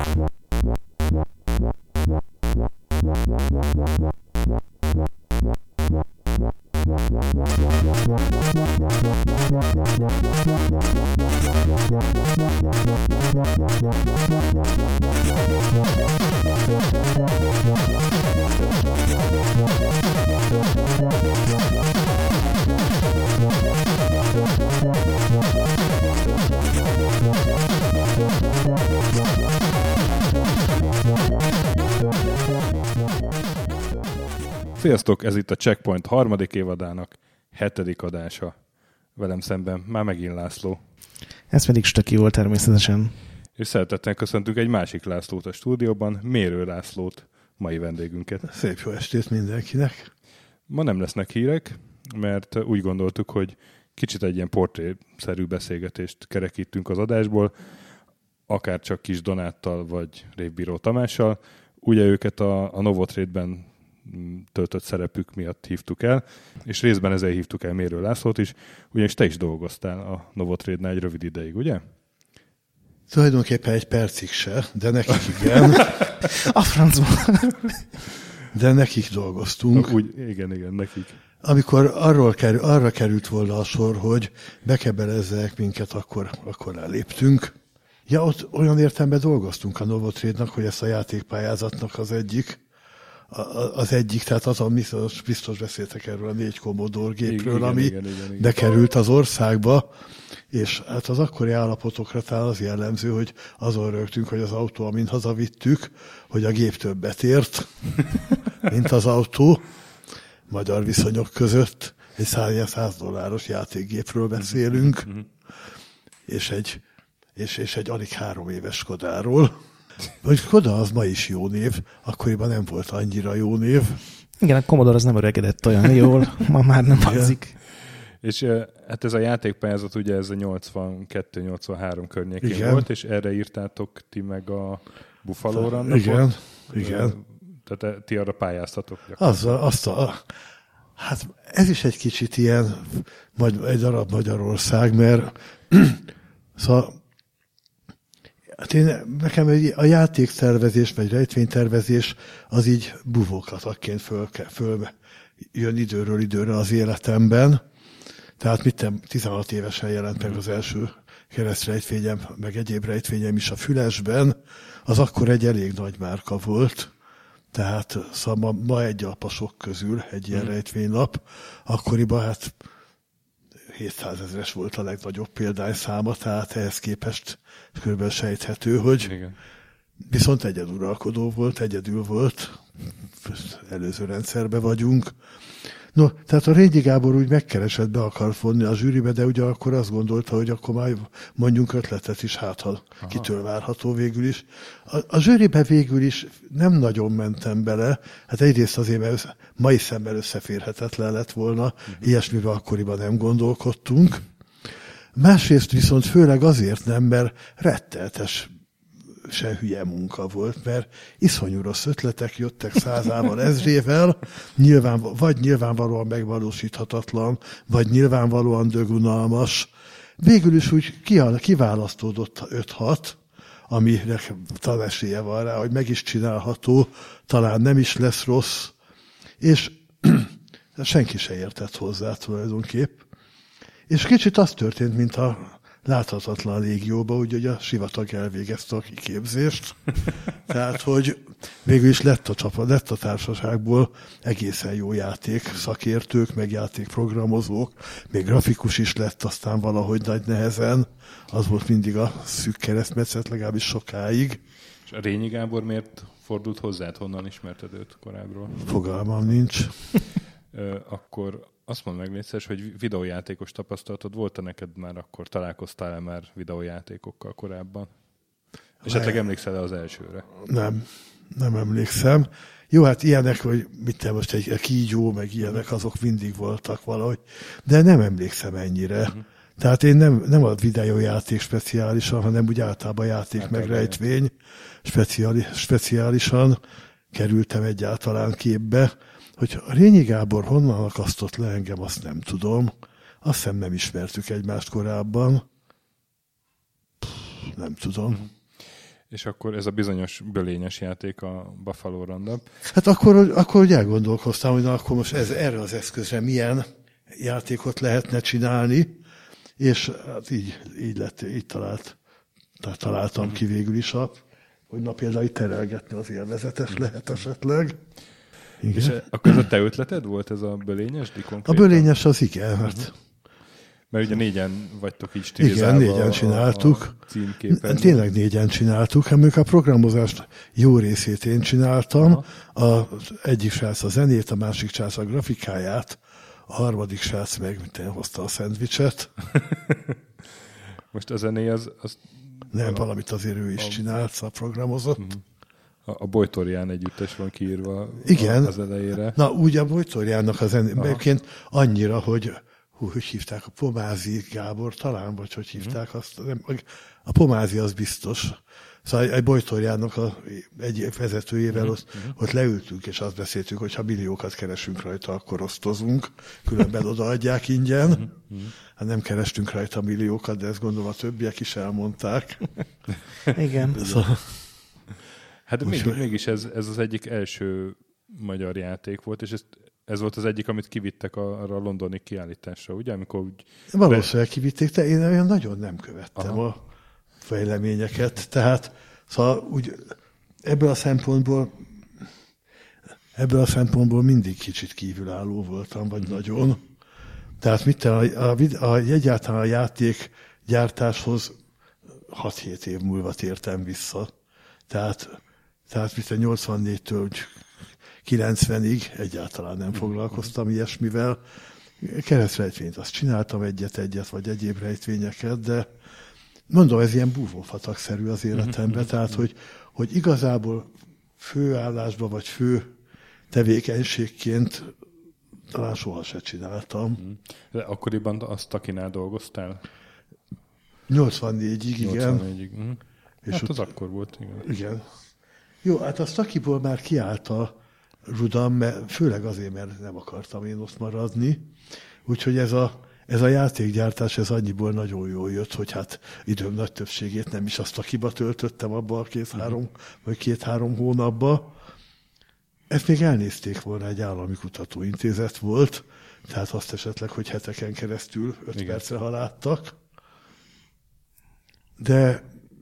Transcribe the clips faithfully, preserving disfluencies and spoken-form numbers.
Sziasztok, ez itt a Checkpoint harmadik évadának hetedik adása. Velem szemben már megint László. Ez pedig Stöki volt természetesen. És szeretettel köszöntünk egy másik Lászlót a stúdióban, Mérő Lászlót, mai vendégünket. Szép jó estét mindenkinek. Ma nem lesznek hírek, mert úgy gondoltuk, hogy kicsit egy ilyen portrészerű beszélgetést kerekítünk az adásból, akár csak Kis Donáttal vagy Révbíró Tamással. Ugye őket a, a Novotrade-ben töltött szerepük miatt hívtuk el, és részben ezzel hívtuk el Mérő Lászlót is, ugyanis te is dolgoztál a Novotrade-nál egy rövid ideig, ugye? Tulajdonképpen egy percig se, de nekik igen. A francban. De nekik dolgoztunk. Úgy, igen, igen, nekik. Amikor arról kerül, arra került volna a sor, hogy bekebelezzenek minket, akkor, akkor eléptünk. Ja, ott olyan értelemben dolgoztunk a Novotrade-nak, hogy ezt a játékpályázatnak az egyik, az egyik, tehát azon biztos, biztos beszéltek erről a négy Commodore gépről, igen, ami igen, igen, igen. bekerült az országba, és hát az akkori állapotokra talán az jellemző, hogy azon rögtünk, hogy az autó, amint hazavittük, hogy a gép többet ért, mint az autó, magyar viszonyok között. Egy száz dolláros játékgépről beszélünk, mm-hmm. és, egy, és, és egy alig három éves Skodáról. Vagy Skoda az ma is jó név, akkoriban nem volt annyira jó név. Igen, a Commodore az nem öregedett olyan jól, ma már nem hangzik. És hát ez a játékpályázat ugye ez a nyolcvankettő nyolcvanhárom környékén igen. volt, és erre írtátok ti meg a Buffalo Run-napot. Igen, igen. Tehát ti arra pályáztatok? Azzal, azt a, hát ez is egy kicsit ilyen, egy darab Magyarország, mert szóval hát én, nekem a játéktervezés, vagy rejtvénytervezés az így buvókatakként föl, föl jön időről időre az életemben. Tehát mit tizenhat évesen jelent meg az első keresztrejtvényem, meg egyéb rejtvényem is a Fülesben. Az akkor egy elég nagy márka volt. Tehát szóval ma, ma egy a pasok közül egy ilyen mm. rejtvénynap. Akkoriban hát hétszázezres volt a legnagyobb példányszáma, tehát ehhez képest körülbelül sejthető, hogy igen. Viszont egyeduralkodó volt, egyedül volt, előző rendszerben vagyunk. No, tehát a Rényi Gábor úgy megkeresett, be akart vonni a zsűribe, de ugye akkor azt gondolta, hogy akkor már mondjunk ötletet is, hát ha aha. kitől várható végül is. A, a zsűribe végül is nem nagyon mentem bele, hát egyrészt azért, mert mai szemmel összeférhetetlen lett volna, uh-huh. ilyesmivel akkoriban nem gondolkodtunk. Másrészt viszont főleg azért nem, mert retteltes se hülye munka volt, mert iszonyú rossz ötletek jöttek százával, ezrével, nyilván, vagy nyilvánvalóan megvalósíthatatlan, vagy nyilvánvalóan dögunalmas. Végül is úgy kiválasztódott öt-hat, amire talán esélye van rá, hogy meg is csinálható, talán nem is lesz rossz, és senki se értett hozzá tulajdonképp. És kicsit az történt, mint a láthatatlan légióba, úgy, hogy a sivatag elvégezte a kiképzést. Tehát, hogy végül is lett a csapat, lett a társaságból egészen jó játék szakértők, meg játékprogramozók, még grafikus is lett, aztán valahogy nagy nehezen. Az volt mindig a szűk keresztmetszet, legalábbis sokáig. És a Rényi Gábor miért fordult hozzád, honnan ismerted őt korábbról? Fogalmam nincs. Akkor azt mondd meg létszés, hogy videójátékos tapasztalatod volt-e neked már akkor? Találkoztál-e már videójátékokkal korábban? Esetleg emlékszel-e az elsőre? Nem, nem emlékszem. Jó, hát ilyenek, hogy mit te most egy kígyó, meg ilyenek, azok mindig voltak valahogy, de nem emlékszem ennyire. Uh-huh. Tehát én nem, nem a videójáték speciálisan, hanem úgy általában játék hát meg rejtvény speciális, speciálisan kerültem egyáltalán képbe. Hogy a Rényi Gábor honnan akasztott le engem, azt nem tudom. Azt hiszem nem ismertük egymást korábban. Pff, nem tudom. És akkor ez a bizonyos bölényes játék, a Buffalo Roundup. Hát akkor, akkor úgy elgondolkoztam, hogy na, akkor most ez, erre az eszközre milyen játékot lehetne csinálni, és hát így, így lett, így talált, tehát találtam ki végül is, a, hogy na például itt terelgetni az élvezetes lehet esetleg. Igen. És akkor ez a te ötleted volt, ez a bölényes? A bölényes az igen, hát... Uh-huh. Mert ugye négyen vagytok így stilizálva. Igen, négyen csináltuk. A címképen. Tényleg négyen csináltuk. Hát a programozást jó részét én csináltam. Az egyik srác a zenét, a másik srác a grafikáját, a harmadik srác meg mint hozta a szendvicset. Most a zené az... az Nem, a, valamit azért ő is a, csinált, a programozott. A, a Bojtorián együttes van kiírva igen. az elejére. Na, úgy a Bojtoriánnak a zené, egyébként annyira, hogy hú, hogy hívták, a Pomázi Gábor talán, vagy hogy hívták mm. azt, nem, a Pomázi az biztos. Szóval egy Bojtorjának a, egy vezetőjével mm. ott, mm. ott leültünk, és azt beszéltük, hogy ha milliókat keresünk rajta, akkor osztozunk, különben odaadják ingyen. Mm. Hát nem kerestünk rajta milliókat, de ezt gondolom a többiek is elmondták. Igen. Szóval, hát még, mégis ez, ez az egyik első magyar játék volt, és ezt ez volt az egyik, amit kivittek arra a londoni kiállításra, ugye? Amikor úgy... Valószínűleg kivitték, de én olyan nagyon nem követtem Aha. a fejleményeket. Tehát szóval úgy ebből a szempontból ebből a szempontból mindig kicsit kívülálló voltam, vagy nagyon. Tehát mit a, a, a, egyáltalán a játékgyártáshoz hat-hét év múlva tértem vissza. Tehát, tehát mit a nyolcvannégytől kilencvenig egyáltalán nem foglalkoztam ilyesmivel. Keresztrejtvényt azt csináltam egyet-egyet, vagy egyéb rejtvényeket, de mondom, ez ilyen búvófatakszerű az életemben, tehát, hogy, hogy igazából főállásban, vagy fő tevékenységként talán soha se csináltam. De akkoriban azt Takinál dolgoztál? nyolcvannégyig, igen. nyolcvannégyig. Uh-huh. És hát ut- az akkor volt, igen. Igen. Jó, hát az Takiból már kiállt a rudam, mert, főleg azért, mert nem akartam én ott maradni. Úgyhogy ez a, ez a játékgyártás, ez annyiból nagyon jól jött, hogy hát időm nagy többségét nem is azt Takiba töltöttem abba a két-három, uh-huh. vagy két-három hónapba. Ezt még elnézték volna, egy állami kutatóintézet volt, tehát azt esetleg, hogy heteken keresztül öt Igen. percre haláltak. De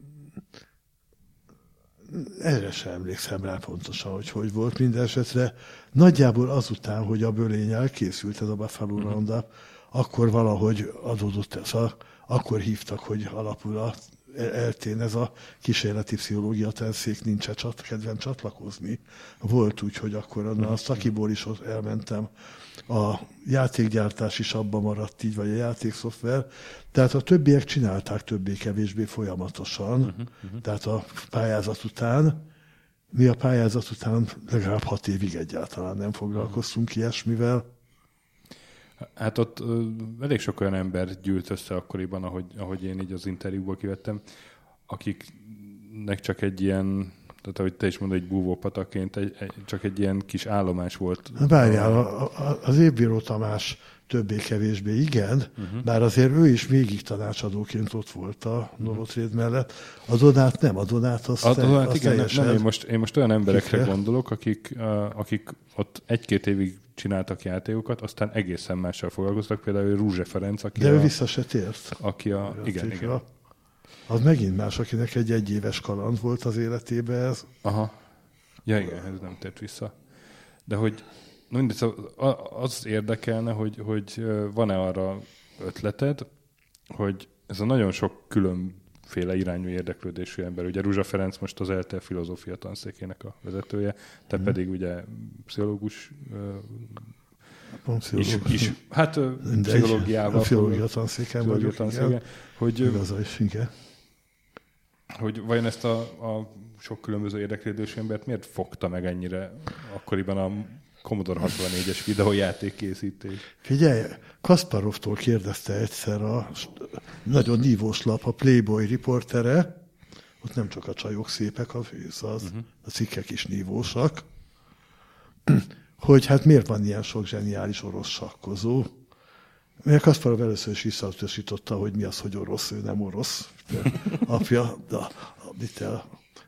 erre sem emlékszem rá pontosan, hogy hogy volt minden esetre. Nagyjából azután, hogy a bölény elkészült, ez a Buffalo Roundup, akkor valahogy adódott ez a, akkor hívtak, hogy alapul a eltén ez a kísérleti pszichológia tanszék, nincs csat, kedvem csatlakozni. Volt úgy, hogy akkor onnan a Takiból is elmentem. A játékgyártás is abban maradt így, vagy a játékszoftver. Tehát a többiek csinálták többé-kevésbé folyamatosan. Uh-huh, uh-huh. Tehát a pályázat után, mi a pályázat után legalább hat évig egyáltalán nem foglalkoztunk uh-huh. ilyesmivel. Hát ott ö, elég sok olyan ember gyűlt össze akkoriban, ahogy, ahogy én így az interjúból kivettem, akiknek csak egy ilyen, tehát ahogy te is mondod, egy búvópataként, egy, egy, csak egy ilyen kis állomás volt. Várjál, a, a, az Évbíró Tamás többé-kevésbé igen, uh-huh. bár azért ő is végig tanácsadóként ott volt a Novotréd mellett. A Donát nem, a Donát azt, a, a Donát, azt igen, teljesen... nem, én, most, én most olyan emberekre kikre. gondolok, akik, uh, akik ott egy-két évig csináltak játékokat, aztán egészen mással foglalkoztak, például Rúzse Ferenc, aki De a... ő vissza se tért. Aki a... Igen, igen. Az megint más, akinek egy egyéves kaland volt az életében ez. Aha. Ja, igen, ez nem tért vissza. De hogy no mindegy, szóval az érdekelne, hogy, hogy van-e arra ötleted, hogy ez a nagyon sok különféle irányú érdeklődésű ember, ugye Rúzsa Ferenc most az ELTE filozófia tanszékének a vezetője, te mm. pedig ugye pszichológus is, is, hát pszichológiával. A filológia tanszéken vagyok, tanszéken, hogy, igaza is, igen. Hogy vajon ezt a, a sok különböző érdeklődős embert miért fogta meg ennyire akkoriban a Commodore hatvannégyes videójáték készítés? Figyelj, Kasparovtól kérdezte egyszer a nagyon nívós lap, a Playboy riportere, ott nem csak a csajok szépek, az, az, uh-huh. a cikkek is nívósak, hogy hát miért van ilyen sok zseniális orosz sakkozó. Mert Kasparov először is visszautasította, hogy mi az, hogy orosz, ő nem orosz. Apja, de, mit el,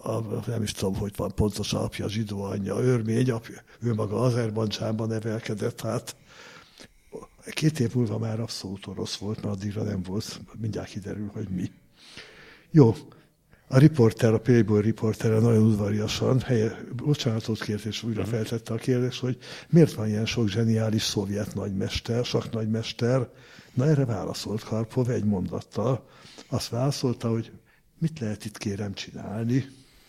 a, nem is tudom, hogy van pontos apja, zsidó anyja, örmény, apja, ő maga Azerbajdzsánban nevelkedett, hát két év múlva már abszolút orosz volt, mert addigra nem volt, mindjárt kiderül, hogy mi. Jó, a riporter, a Playboy riportere nagyon udvariasan, helye, bocsánatot kért, és újra feltette a kérdést, hogy miért van ilyen sok zseniális szovjet nagymester, saknagymester. Na erre válaszolt Karpov egy mondattal. Azt válaszolta, hogy mit lehet itt kérem csinálni.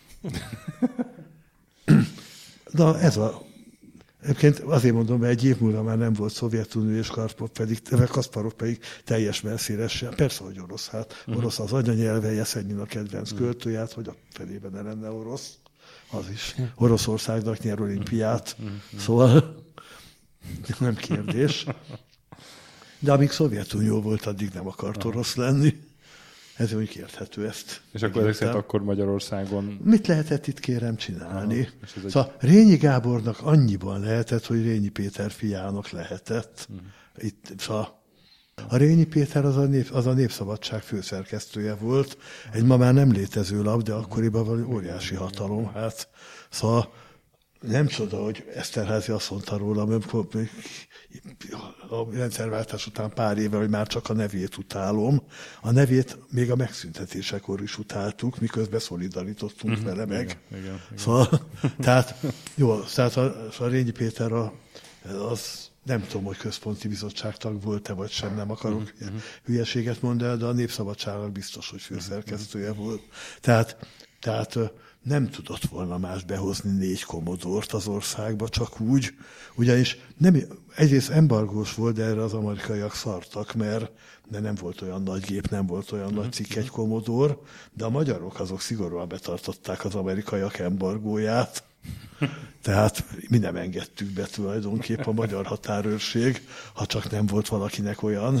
Na ez a... Egyébként azért mondom, mert egy év múlva már nem volt Szovjetunió, és Karpov pedig, Kasparov pedig teljes messzíresen. Persze, hogy orosz, hát orosz az anyanyelve, Jeszenyin a kedvenc költője, hát hogy a felében ne lenne orosz. Az is. Oroszországnak nyer olimpiát. Szóval nem kérdés. De amíg Szovjetunió volt, addig nem akart orosz lenni. Ez úgy érthető ezt. És akkor ezek szerint akkor Magyarországon... Mit lehetett itt kérem csinálni? Aha, szóval egy... Rényi Gábornak annyiban lehetett, hogy Rényi Péter fiának lehetett. Uh-huh. Itt, szóval a Rényi Péter az a, nép, az a Népszabadság főszerkesztője volt. Egy ma már nem létező lap, de akkoriban valami óriási hatalom. Hát, szóval nem csoda, hogy Eszterházy azt mondta róla, amikor a rendszerváltás után pár éve, hogy már csak a nevét utálom. A nevét még a megszüntetésekor is utáltuk, miközben szolidarítottunk uh-huh, vele meg. Igen, igen, szóval, igen. Tehát, jó, tehát a, a Rényi Péter a, az nem tudom, hogy központi bizottságtag volt-e, vagy sem, nem akarok uh-huh. hülyeséget mondani, de a Népszabadságnak biztos, hogy főszerkesztője uh-huh. volt. Tehát, tehát nem tudott volna más behozni négy komodort az országba, csak úgy. Ugyanis nem, egyrészt embargós volt, de erre az amerikaiak szartak, mert de nem volt olyan nagy gép, nem volt olyan nagy cikk egy komodor, de a magyarok azok szigorúan betartották az amerikaiak embargóját. Tehát mi nem engedtük be tulajdonképp a magyar határőrség, ha csak nem volt valakinek olyan,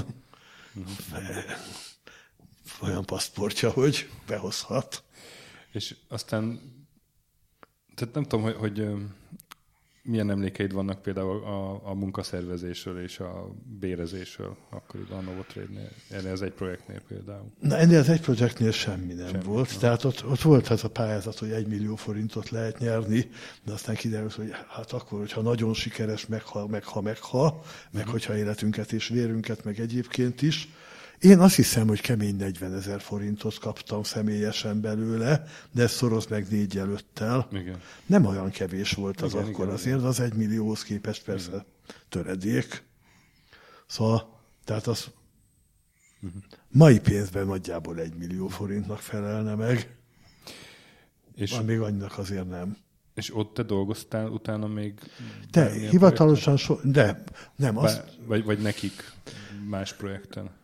olyan paszportja, hogy behozhat. És aztán, tehát nem tudom, hogy, hogy milyen emlékeid vannak például a, a munkaszervezésről és a bérezésről akkoriban a Novotrade-nél, ennél az egy projektnél például. Na ennél az egy projektnél semmi nem semmi, volt. Nem. Tehát ott, ott volt ez a pályázat, hogy egy millió forintot lehet nyerni, de aztán kiderült, hogy hát akkor, hogyha nagyon sikeres, megha, megha, megha, meg uh-huh. hogyha életünket és vérünket, meg egyébként is. Én azt hiszem, hogy kemény negyvenezer forintot kaptam személyesen belőle, de ezt szoroz meg négy előttel. Igen. Nem olyan kevés volt az igen, akkor igen, azért, igen. Az egy millióhoz képest persze igen. töredék. Szóval, tehát az uh-huh. mai pénzben nagyjából egy millió forintnak felelne meg. És van még annyinak azért nem. És ott te dolgoztál utána még? De, hivatalosan so, de nem. Az... Vagy, vagy nekik más projekten?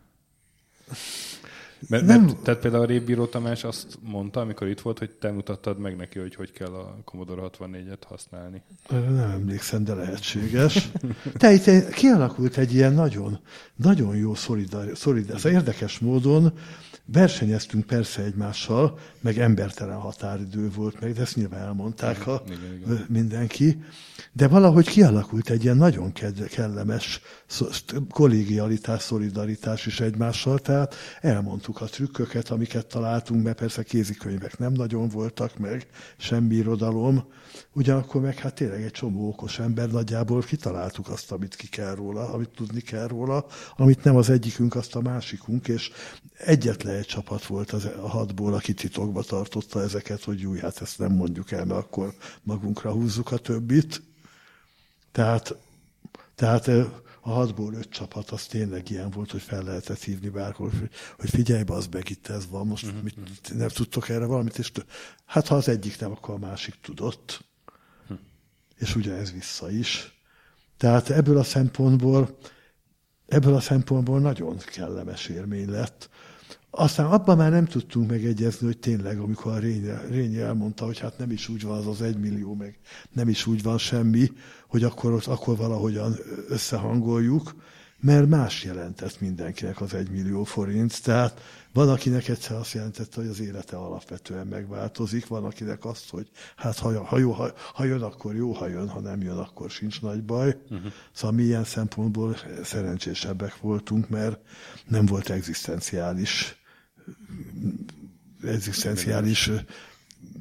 Mert, nem. mert tehát például a Révbíró Tamás azt mondta, amikor itt volt, hogy te mutattad meg neki, hogy hogy kell a Commodore hatvannégyet használni. Nem emlékszem, de lehetséges. Te itt kialakult egy ilyen nagyon, nagyon jó szolidar, szolidar. Érdekes módon versenyeztünk persze egymással, meg embertelen határidő volt meg, de ezt nyilván elmondták a igen, igen. mindenki. De valahogy kialakult egy ilyen nagyon kellemes kollégialitás, szolidaritás is egymással, tehát elmondtuk a trükköket, amiket találtunk, mert persze kézikönyvek nem nagyon voltak meg, semmi irodalom, ugyanakkor meg hát tényleg egy csomó okos ember, nagyjából kitaláltuk azt, amit ki kell róla, amit tudni kell róla, amit nem az egyikünk, azt a másikunk, és egyetlen egy csapat volt az a hatból, aki titokba tartotta ezeket, hogy jó, hát ezt nem mondjuk el, mert akkor magunkra húzzuk a többit. Tehát, tehát a hatból öt csapat az tényleg ilyen volt, hogy fel lehetett hívni bárhol, hogy figyelj be, az meg itt ez van, most uh-huh. mit, nem tudtok erre valamit, és hát ha az egyik nem, akkor a másik tudott. Uh-huh. És ugye ez vissza is. Tehát ebből a szempontból, ebből a szempontból nagyon kellemes élmény lett. Aztán abban már nem tudtunk megegyezni, hogy tényleg, amikor a Rényi, Rényi elmondta, hogy hát nem is úgy van az az egymillió, meg nem is úgy van semmi, hogy akkor, akkor valahogyan összehangoljuk, mert más jelentett mindenkinek az egymillió forint. Tehát van, akinek egyszer azt jelentette, hogy az élete alapvetően megváltozik, van, akinek azt, hogy hát ha, ha, jó, ha, ha jön, akkor jó, ha jön, ha nem jön, akkor sincs nagy baj. Uh-huh. Szóval mi ilyen szempontból szerencsésebbek voltunk, mert nem volt egzisztenciális egzisztenciális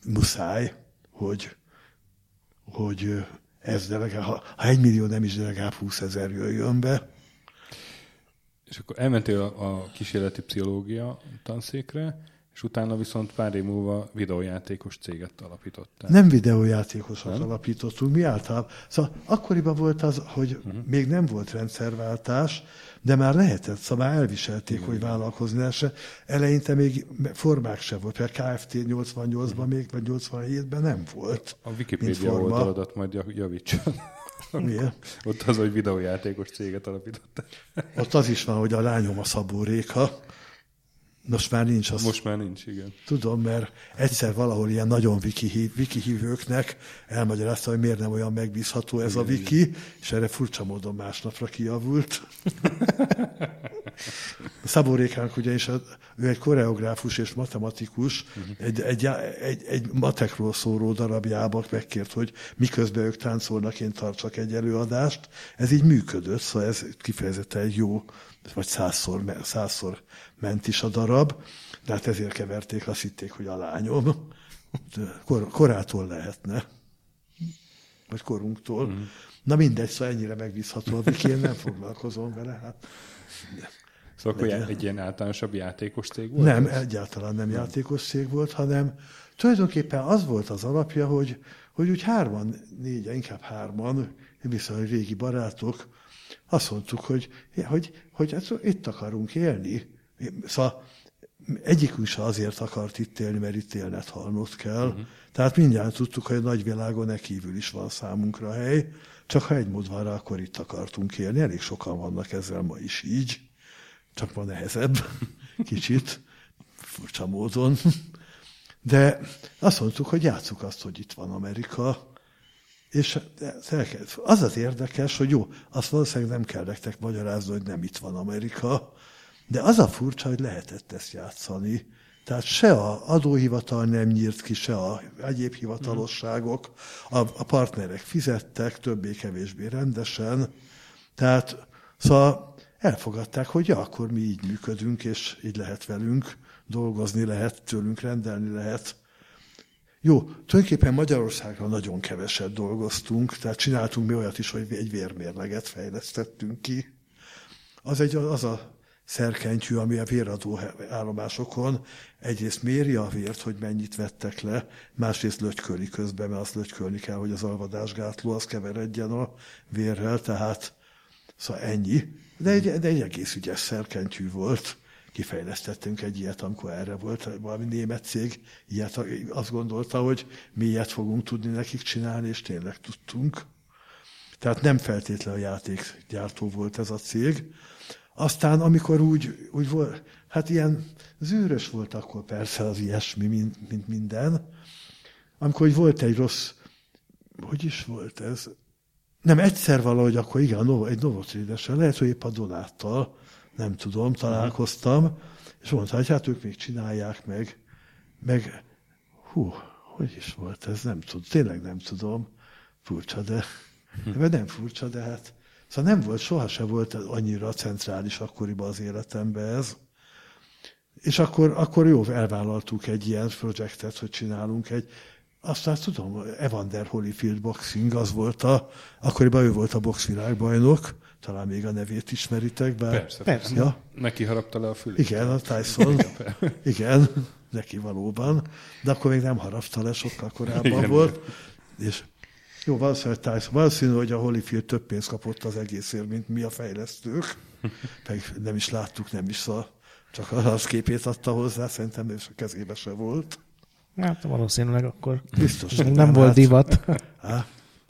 muszáj, hogy, hogy ez de legalább, ha, ha egy millió nem is, de legalább húszezer jöjjön be. És akkor elmentél a, a kísérleti pszichológia tanszékre, és utána viszont pár év múlva videójátékos céget alapítottál. Nem videójátékosat nem? alapítottunk, mi általában. Szóval akkoriban volt az, hogy uh-huh. még nem volt rendszerváltás, de már lehetett, szóval már elviselték, igen, hogy vállalkozni lehessen. Eleinte még formák se volt, mert Kft. nyolcvannyolcban uh-huh. még, vagy nyolcvanhétben nem volt. A Wikipédia oldaladat majd javítsad. Miért? Ott az, hogy videójátékos céget alapítottál. Ott az is van, hogy a lányom a Szabó Réka. Most már nincs az. Most már nincs, igen. Tudom, mert egyszer valahol ilyen nagyon wiki, wiki hívőknek elmagyarázta, hogy miért nem olyan megbízható ez igen, a wiki, igen. És erre furcsa módon másnapra kijavult. Szabó Rékánk ugyanis, ő egy koreográfus és matematikus, uh-huh. egy, egy, egy, egy matekról szóló darabjában megkért, hogy miközben ők táncolnak, én tartsak egy előadást. Ez így működött, szóval ez kifejezetten egy jó, vagy százszor, százszor ment is a darab, de hát ezért keverték, azt hitték, hogy a lányom. Kor, korától lehetne. Vagy korunktól. Mm. Na mindegy, szóval ennyire megbízható, addig én nem foglalkozom vele. Hát. Szóval akkor egy ilyen általánosabb játékos cég volt? Nem, ez? egyáltalán nem, nem játékos cég volt, hanem tulajdonképpen az volt az alapja, hogy, hogy úgy hárman, négyen, inkább hárman, viszonylag régi barátok, azt mondtuk, hogy, hogy, hogy hát itt akarunk élni. Szóval egyikünk se azért akart itt élni, mert itt élnet halnod kell. Uh-huh. Tehát mindjárt tudtuk, hogy a nagyvilágon e kívül is van számunkra hely, csak ha egy mód van rá, akkor itt akartunk élni. Elég sokan vannak ezzel ma is így, csak ma nehezebb, kicsit, furcsa módon. De azt mondtuk, hogy játsszuk azt, hogy itt van Amerika, és az az érdekes, hogy jó, azt valószínűleg nem kell nektek magyarázni, hogy nem itt van Amerika, de az a furcsa, hogy lehetett ezt játszani. Tehát se az adóhivatal nem nyírt ki, se a egyéb hivatalosságok, a, a partnerek fizettek, többé-kevésbé rendesen. Tehát szóval elfogadták, hogy ja, akkor mi így működünk, és így lehet velünk dolgozni, lehet tőlünk rendelni, lehet. Jó, tulajdonképpen Magyarországon nagyon keveset dolgoztunk, tehát csináltunk mi olyat is, hogy egy vérmérleget fejlesztettünk ki. Az, egy, az a szerkentyű, ami a véradó állomásokon egyrészt méri a vért, hogy mennyit vettek le, másrészt lötyköli közben, mert azt lötykölni kell, hogy az alvadásgátló az keveredjen a vérrel, tehát szóval ennyi. De egy, de egy egész ügyes szerkentyű volt. Kifejlesztettünk egy ilyet, amikor erre volt valami német cég, ilyet, azt gondolta, hogy mi ilyet fogunk tudni nekik csinálni, és tényleg tudtunk. Tehát nem feltétlenül a játékgyártó volt ez a cég. Aztán, amikor úgy, úgy volt, hát ilyen zűrös volt akkor persze az ilyesmi, mint, mint minden. Amikor úgy volt egy rossz, hogy is volt ez? Nem, egyszer valahogy akkor igen, egy Novotrade-essel, lehet, hogy épp a Donáttal, nem tudom, találkoztam, és mondta, hogy hát ők még csinálják meg, meg, hú, hogy is volt ez, nem tudom, tényleg nem tudom, furcsa, de, de nem furcsa, de hát, szóval nem volt, sohasem volt annyira centrális akkoriban az életemben ez, és akkor, akkor jó, elvállaltuk egy ilyen projektet, hogy csinálunk egy, aztán tudom, Evander Holyfield Boxing, az volt a, akkoriban ő volt a boxvilágbajnok, talán még a nevét ismeritek, bár... Persze, persze. Ja? Neki harapta le a fülét. Igen, a Tyson. Igen, neki valóban. De akkor még nem harapta le, sokkal korábban igen, volt. És jó, valószínűleg Tyson. Valószínű, hogy a Holyfield több pénzt kapott az egészért, mint mi a fejlesztők. Meg nem is láttuk, nem is a, csak az képét adta hozzá, szerintem és a kezébe se volt. Hát valószínűleg akkor biztos nem, nem volt hát, divat. Á.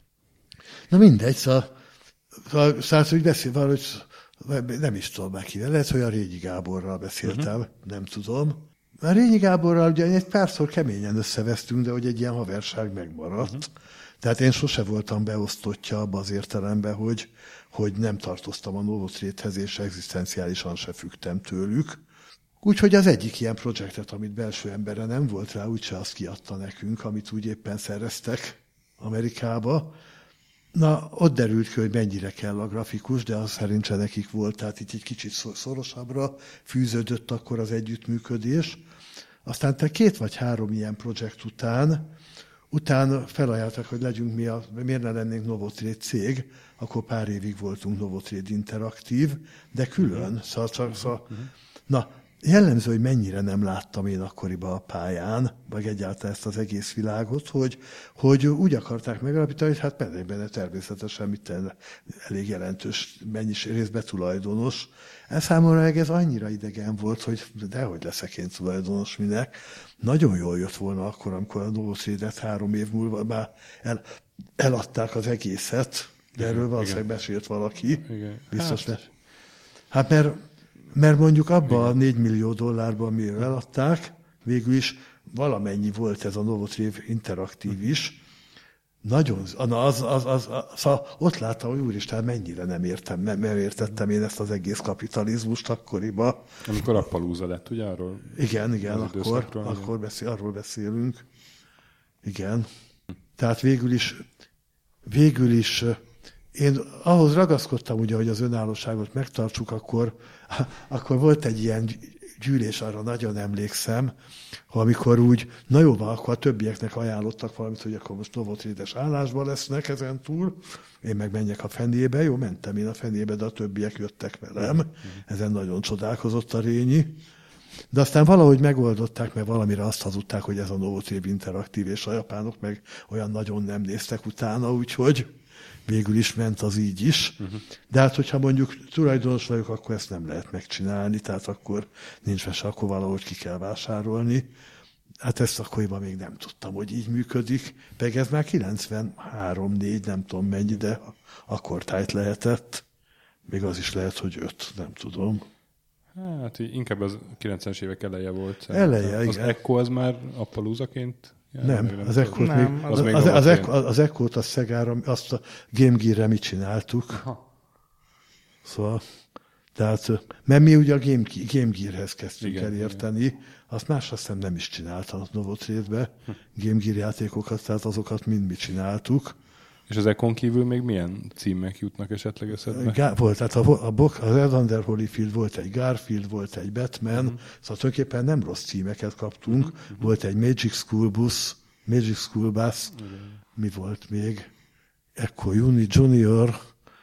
Na mindegy, szóval Szóval, hogy beszél valahogy, nem is tudom meg kivel, lehet, hogy a Rényi Gáborral beszéltem, uh-huh. nem tudom. A Rényi Gáborral ugye egy párszor keményen összevesztünk, de hogy egy ilyen haverság megmaradt. Uh-huh. Tehát én sose voltam beosztottja abba az értelemben, hogy, hogy nem tartoztam a Novotrade-hez, és egzisztenciálisan se fügtem tőlük. Úgyhogy az egyik ilyen projektet, amit belső emberre nem volt rá, úgyse azt kiadta nekünk, amit úgy éppen szereztek Amerikába. Na, ott derült ki, hogy mennyire kell a grafikus, de az szerint nekik volt, tehát itt egy kicsit szorosabbra fűződött akkor az együttműködés. aztán te két vagy három ilyen projekt után, utána felajánlották, hogy legyünk mi, a, miért ne lennénk Novotrade cég, akkor pár évig voltunk Novotrade Interaktív, de külön. Uh-huh. Szóval, csak, szóval, uh-huh. Na, jellemző, hogy mennyire nem láttam én akkoriban a pályán, vagy egyáltalán ezt az egész világot, hogy, hogy úgy akarták megalapítani, hogy hát benne, benne természetesen mit elég jelentős mennyiség részbe tulajdonos. Ez számomra ez annyira idegen volt, hogy dehogy leszek én tulajdonos minek. Nagyon jól jött volna akkor, amikor a Novotrade-et három év múlva már el, eladták az egészet, de erről valószínűleg mesélt valaki. Igen. Biztos hát. mert, hát mert, mert mondjuk abban a négy millió dollárban, amiről eladták, végül is valamennyi volt ez a Novotrade Interaktív is. Nagyon, az, az, az, az, szóval ott láttam, hogy úristen, mennyire nem értem, nem, nem értettem én ezt az egész kapitalizmust akkoriban. Amikor Appalooza lett, ugye arról? Igen, igen, akkor, akkor beszél, arról beszélünk. Igen. Tehát végül is, végül is én ahhoz ragaszkodtam, ugye, hogy az önállóságot megtartsuk, akkor, akkor volt egy ilyen gyűlés, arra nagyon emlékszem, amikor úgy, na jó, akkor a többieknek ajánlottak valamit, hogy akkor most Novotrade-es állásban lesznek ezen túl, én meg menjek a fenébe, jó, mentem én a fenébe, de a többiek jöttek velem, ezen nagyon csodálkozott a Rényi. De aztán valahogy megoldották, mert valamire azt hazudták, hogy ez a Novotrade Interaktív, és a japánok meg olyan nagyon nem néztek utána, úgyhogy végül is ment az így is. Uh-huh. De hát, hogyha mondjuk tulajdonos vagyok, akkor ezt nem lehet megcsinálni, tehát akkor nincs mese, akkor valahogy ki kell vásárolni. Hát ezt akkoriban még nem tudtam, hogy így működik. Pedig ez már kilencvenhárom négy, nem tudom mennyi, de akkor tájt lehetett. Még az is lehet, hogy öt, nem tudom. Hát inkább az kilencvenes évek eleje volt. Eleje, az igen. Az Echo az már Appaloozaként? Nem, nem, az Echo-t még, az, az, az, az, Echo, az Echo-t a Szegára, azt a Game Gear-re mi csináltuk. Aha. Szóval, tehát, mert mi ugye a Game, Game Gear-hez kezdtünk igen, el érteni, igen. Azt más azt hiszem nem is csináltam a Novotrade-be, hm. Game Gear játékokat, tehát azokat mind mi csináltuk. És az Econ kívül még milyen címek jutnak esetleg eszedbe? Gá- volt, tehát a, a, az Evander Holyfield volt egy Garfield, volt egy Batman, uh-huh. szóval tulajdonképpen nem rossz címeket kaptunk. Uh-huh. Volt egy Magic School Bus, Magic School Bus, uh-huh. mi volt még? Echo Uni Junior,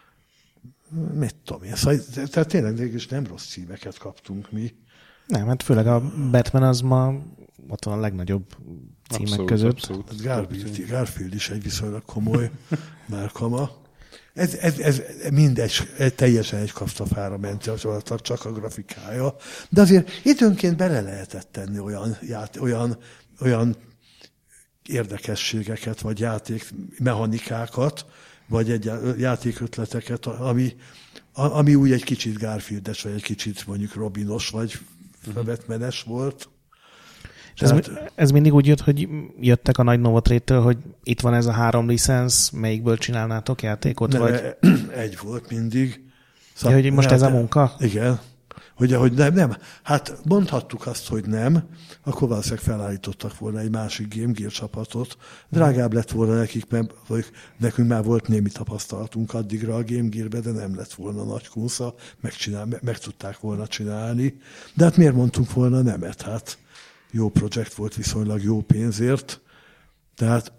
mit tudom én. Szóval, tehát tényleg is nem rossz címeket kaptunk mi. Nem, hát főleg a Batman az ma ott van a legnagyobb címek abszolút, között. Abszolút. Garfield, Garfield is egy viszonylag komoly márkama. Ez, ez, ez mindegy, teljesen egy kaptafára ment, csak a grafikája. De azért időnként bele lehetett tenni olyan, ját, olyan, olyan érdekességeket, vagy játékmechanikákat, vagy egy játékötleteket, ami, ami úgy egy kicsit Garfieldes, vagy egy kicsit mondjuk Robinos, vagy uh-huh. Batmanes volt. És ez, ez mindig úgy jött, hogy jöttek a nagy Novotrade-től, hogy itt van ez a három licensz, melyikből csinálnátok játékot? Nem, vagy? Egy volt mindig. Szóval, ja, hogy most ez a munka? Igen. Hogy, hogy nem, nem. Hát mondhattuk azt, hogy nem, akkor valószínűleg felállítottak volna egy másik Game Gear csapatot. Drágább lett volna nekik, mert nekünk már volt némi tapasztalatunk addigra a Game Gearbe, de nem lett volna nagy kunsza, megcsinál, meg, meg tudták volna csinálni. De hát miért mondtunk volna nemet? Hát jó projekt volt viszonylag jó pénzért. Tehát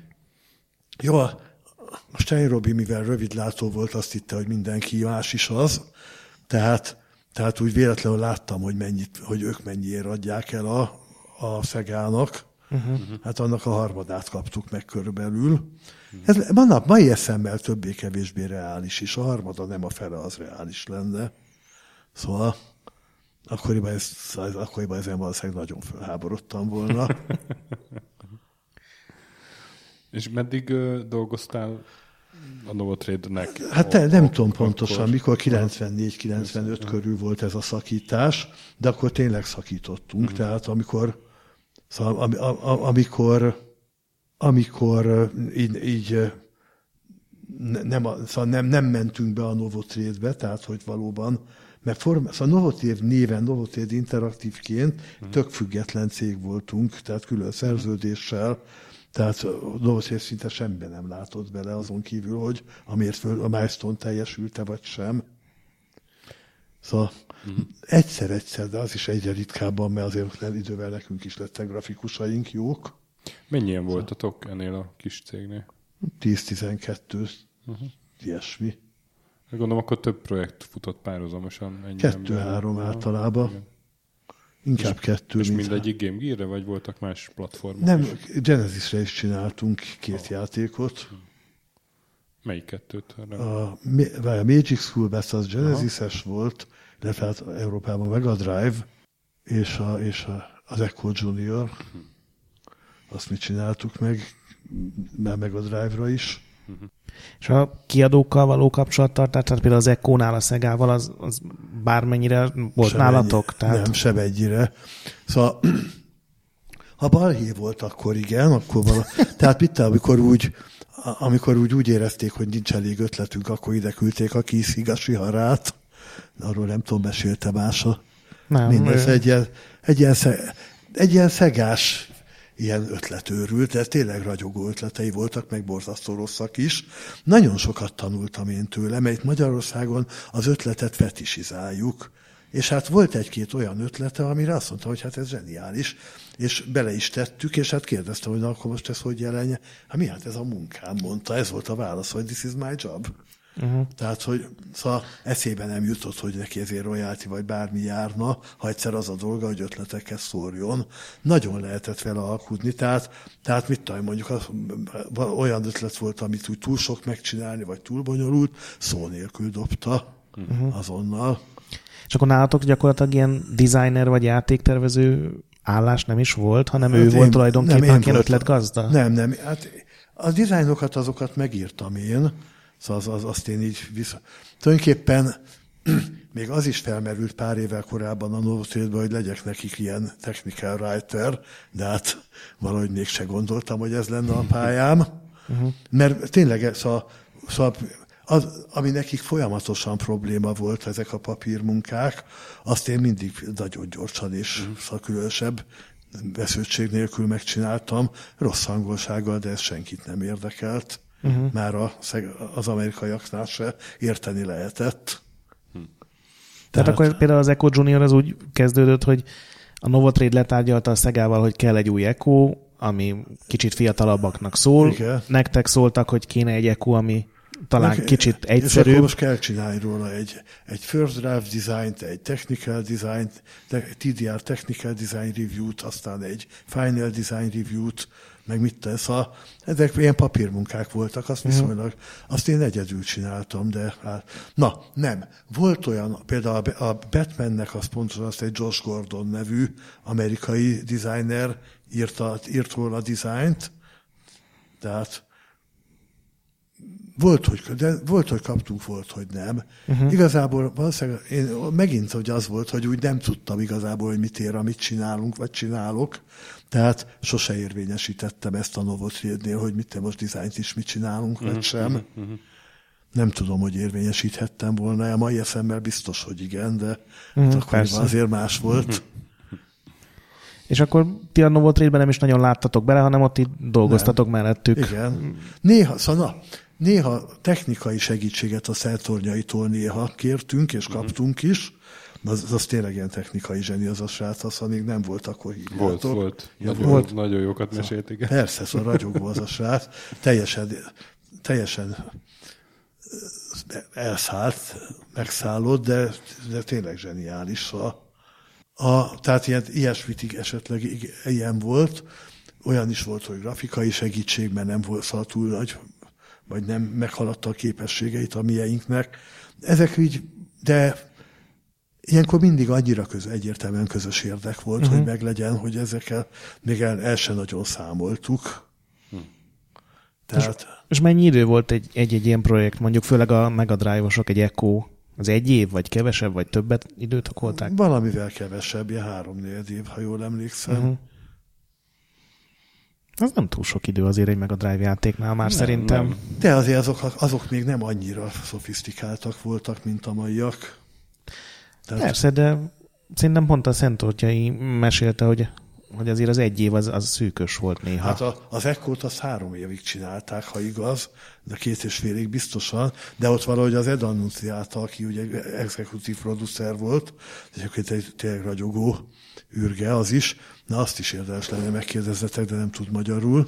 jó, a Stein Robi, mivel rövidlátó volt, azt hitte, hogy mindenki más is az. Tehát Tehát úgy véletlenül láttam, hogy, mennyit, hogy ők mennyiért adják el a, a Szegának. Uh-huh. Hát annak a harmadát kaptuk meg körülbelül. Uh-huh. Ez manap, mai eszemmel többé-kevésbé reális is. A harmada nem a fele, az reális lenne. Szóval akkoriban, ez, akkoriban ezen valószínűleg nagyon felháborodtam volna. És meddig uh, dolgoztál a Novotrade-nek? Hát te, nem tudom pontosan, akkor, mikor kilencvennégy kilencvenöt körül volt ez a szakítás, de akkor tényleg szakítottunk. Uh-huh. Tehát amikor, szóval, am, am, amikor, amikor így, így nem, szóval nem, nem mentünk be a Novotrade-be, tehát hogy valóban, mert forma, szóval Novotrade néven, Novotrade Interaktívként uh-huh. tök független cég voltunk, tehát külön szerződéssel, tehát Novotrade szinte semmiben nem látott bele azon kívül, hogy amiért föl, a milestone teljesülte, vagy sem. Szóval uh-huh. egyszer-egyszer, de az is egyre ritkábban, mert azért idővel nekünk is lettek grafikusaink jók. Mennyien voltatok ennél a kis cégnél? tíz-tizenkettő, uh-huh. ilyesmi. Gondolom, akkor több projekt futott párhuzamosan. Kettő-három általában. Igen. Inkább és, kettő. És mindegyik Game Gear-re, vagy voltak más platformok? Nem, Genesisre is csináltunk két oh. játékot. Melyik kettőt? A, a Magic School Best az Genesis-es volt, illetve hát Európában Mega Drive, és, a, és a, az Echo Junior. Hm. Azt mi csináltuk meg, már Mega Drive-ra is. Uh-huh. És a kiadókkal való kapcsolattartás, tehát például az Echo-nál a Szegával, az, az bármennyire volt sem nálatok? Ennyi, tehát... Nem, sem egyire. Szóval, ha balhé volt, akkor igen, akkor vala... Tehát mit, amikor úgy, amikor úgy, úgy érezték, hogy nincs elég ötletünk, akkor ide küldték a Keith Higashihara-t. Arról nem tudom, mesélte mása. Nem. Mindez egy ilyen, egy ilyen, egy ilyen szegás ilyen ötletőrült, de tényleg ragyogó ötletei voltak, meg borzasztó rosszak is. Nagyon sokat tanultam én tőle, mert itt Magyarországon az ötletet fetisizáljuk, és hát volt egy-két olyan ötlete, amire azt mondta, hogy hát ez zseniális, és bele is tettük, és hát kérdeztem, hogy na, akkor most ez hogy jelenje? Hát mi, hát ez a munkám, mondta, ez volt a válasz, hogy this is my job. Uh-huh. Tehát, hogy szóval eszébe nem jutott, hogy neki ezért royalty vagy bármi járna, ha egyszer az a dolga, hogy ötleteket szórjon. Nagyon lehetett vele alkudni, tehát, tehát mit tudom, mondjuk az, olyan ötlet volt, amit úgy túl sok megcsinálni, vagy túl bonyolult, szó nélkül dobta uh-huh. azonnal. És akkor nálatok gyakorlatilag ilyen designer vagy játéktervező állás nem is volt, hanem hát ő én, volt tulajdonképpen ilyen ötletgazda? Nem, nem. Hát a dizájnokat, azokat megírtam én, szóval az, az, azt én így vissza... Tulajdonképpen még az is felmerült pár évvel korábban a Novotrade-ben, hogy legyek nekik ilyen technical writer, de hát valahogy mégse gondoltam, hogy ez lenne a pályám. Uh-huh. Mert tényleg szóval, szóval az, ami nekik folyamatosan probléma volt, ezek a papírmunkák, azt én mindig nagyon gyorsan és uh-huh. szóval különösebb vesződtség nélkül megcsináltam, rossz hangolsággal, de ez senkit nem érdekelt. Uh-huh. Már a, az amerikaiaknál se érteni lehetett. Hmm. Tehát, Tehát akkor például az Echo Junior az úgy kezdődött, hogy a Novotrade letárgyalta a Szegával, hogy kell egy új Echo, ami kicsit fiatalabbaknak szól. Igen. Nektek szóltak, hogy kéne egy Echo, ami talán Nek, kicsit egyszerűbb. És akkor most kell csinálni róla egy, egy first draft design-t, egy technical design-t, té dé er technical design review-t, aztán egy final design review-t, meg mit tesz. A, ezek ilyen papírmunkák voltak, azt viszonylag, azt én egyedül csináltam, de hát, na, nem. Volt olyan, például a Batmannek az pontosan azt egy Josh Gordon nevű amerikai designer írta, írt róla a dizájnt, tehát volt, hogy, de volt, hogy kaptunk, volt, hogy nem. Uh-huh. Igazából valószínűleg én, megint hogy az volt, hogy úgy nem tudtam igazából, hogy mit ér, amit csinálunk, vagy csinálok. Tehát sose érvényesítettem ezt a Novotrade-nél, hogy mit te most dizájnt is mit csinálunk, uh-huh. vagy sem. Uh-huh. Nem tudom, hogy érvényesíthettem volna. A mai eszemmel biztos, hogy igen, de uh-huh, akkor azért más volt. Uh-huh. És akkor ti a Novotrade-ben nem is nagyon láttatok bele, hanem ott itt dolgoztatok nem. mellettük. Igen. Néha, szóval na, néha technikai segítséget a Szertornyaitól néha kértünk, és kaptunk is. Az, az tényleg ilyen technikai zseni az a srác, az, még nem volt, akkor hívjátok. Volt, volt. Ja, nagyon, volt. Nagyon jókat mesélt, igen. Persze, szóval ragyogó az a srác. Teljesen, teljesen elszállt, megszállott, de, de tényleg zseniális. Szóval a, tehát ilyen, ilyesmit esetleg ilyen volt. Olyan is volt, hogy grafikai segítség, mert nem volt szóval túl nagy, vagy nem meghaladta a képességeit a mieinknek. Ezek így, de ilyenkor mindig annyira köz, egyértelműen közös érdek volt, uh-huh. hogy meglegyen, hogy ezekkel még el, el sem nagyon számoltuk. Uh-huh. Tehát... És, és mennyi idő volt egy, egy-egy ilyen projekt? Mondjuk főleg a Mega Drive-osok, egy Echo, az egy év, vagy kevesebb, vagy többet időt voltak? Valamivel kevesebb, ilyen három-négy év, ha jól emlékszem. Uh-huh. Az nem túl sok idő azért egy Mega Drive játéknál már nem, szerintem. Nem. De azért azok, azok még nem annyira szofisztikáltak voltak, mint a maiak. Tehát... Persze, de szerintem pont a Szent Ortyai mesélte, hogy hogy azért az egy év az, az szűkös volt néha. Hát a, az Echo-t azt három évig csinálták, ha igaz, de két és félig biztosan, de ott valahogy az Ed Annunziata, aki ugye executive producer volt, egyébként egy tényleg ragyogó űrge az is, na azt is érdemes lenne megkérdezzetek, de nem tud magyarul.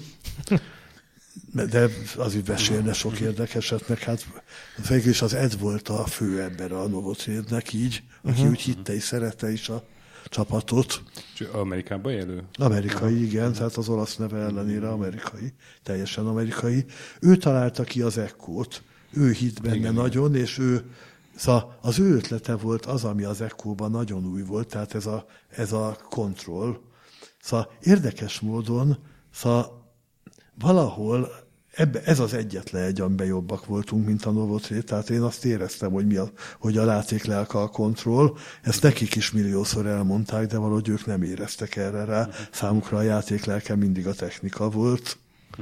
De az is besélne sok érdekeset, meg hát végül is az Ed volt a fő ember a Novotrade-nek így, aki uh-huh. úgy hitte és szerette is a csapatot. Amerikában élő? Amerikai, igen, tehát az olasz neve ellenére amerikai, teljesen amerikai. Ő találta ki az Echo-t, ő hitt benne igen, nagyon, igen. és ő, szóval az ő ötlete volt az, ami az Echo-ban nagyon új volt, tehát ez a, ez a control. Szóval érdekes módon, szóval valahol ebbe, ez az egyetlen egy, amiben jobbak voltunk, mint a Novotrade, tehát én azt éreztem, hogy, mi a, hogy a látéklelke a kontroll. Ezt nekik is milliószor elmondták, de valahogy ők nem éreztek erre rá. Számukra a játéklelke mindig a technika volt.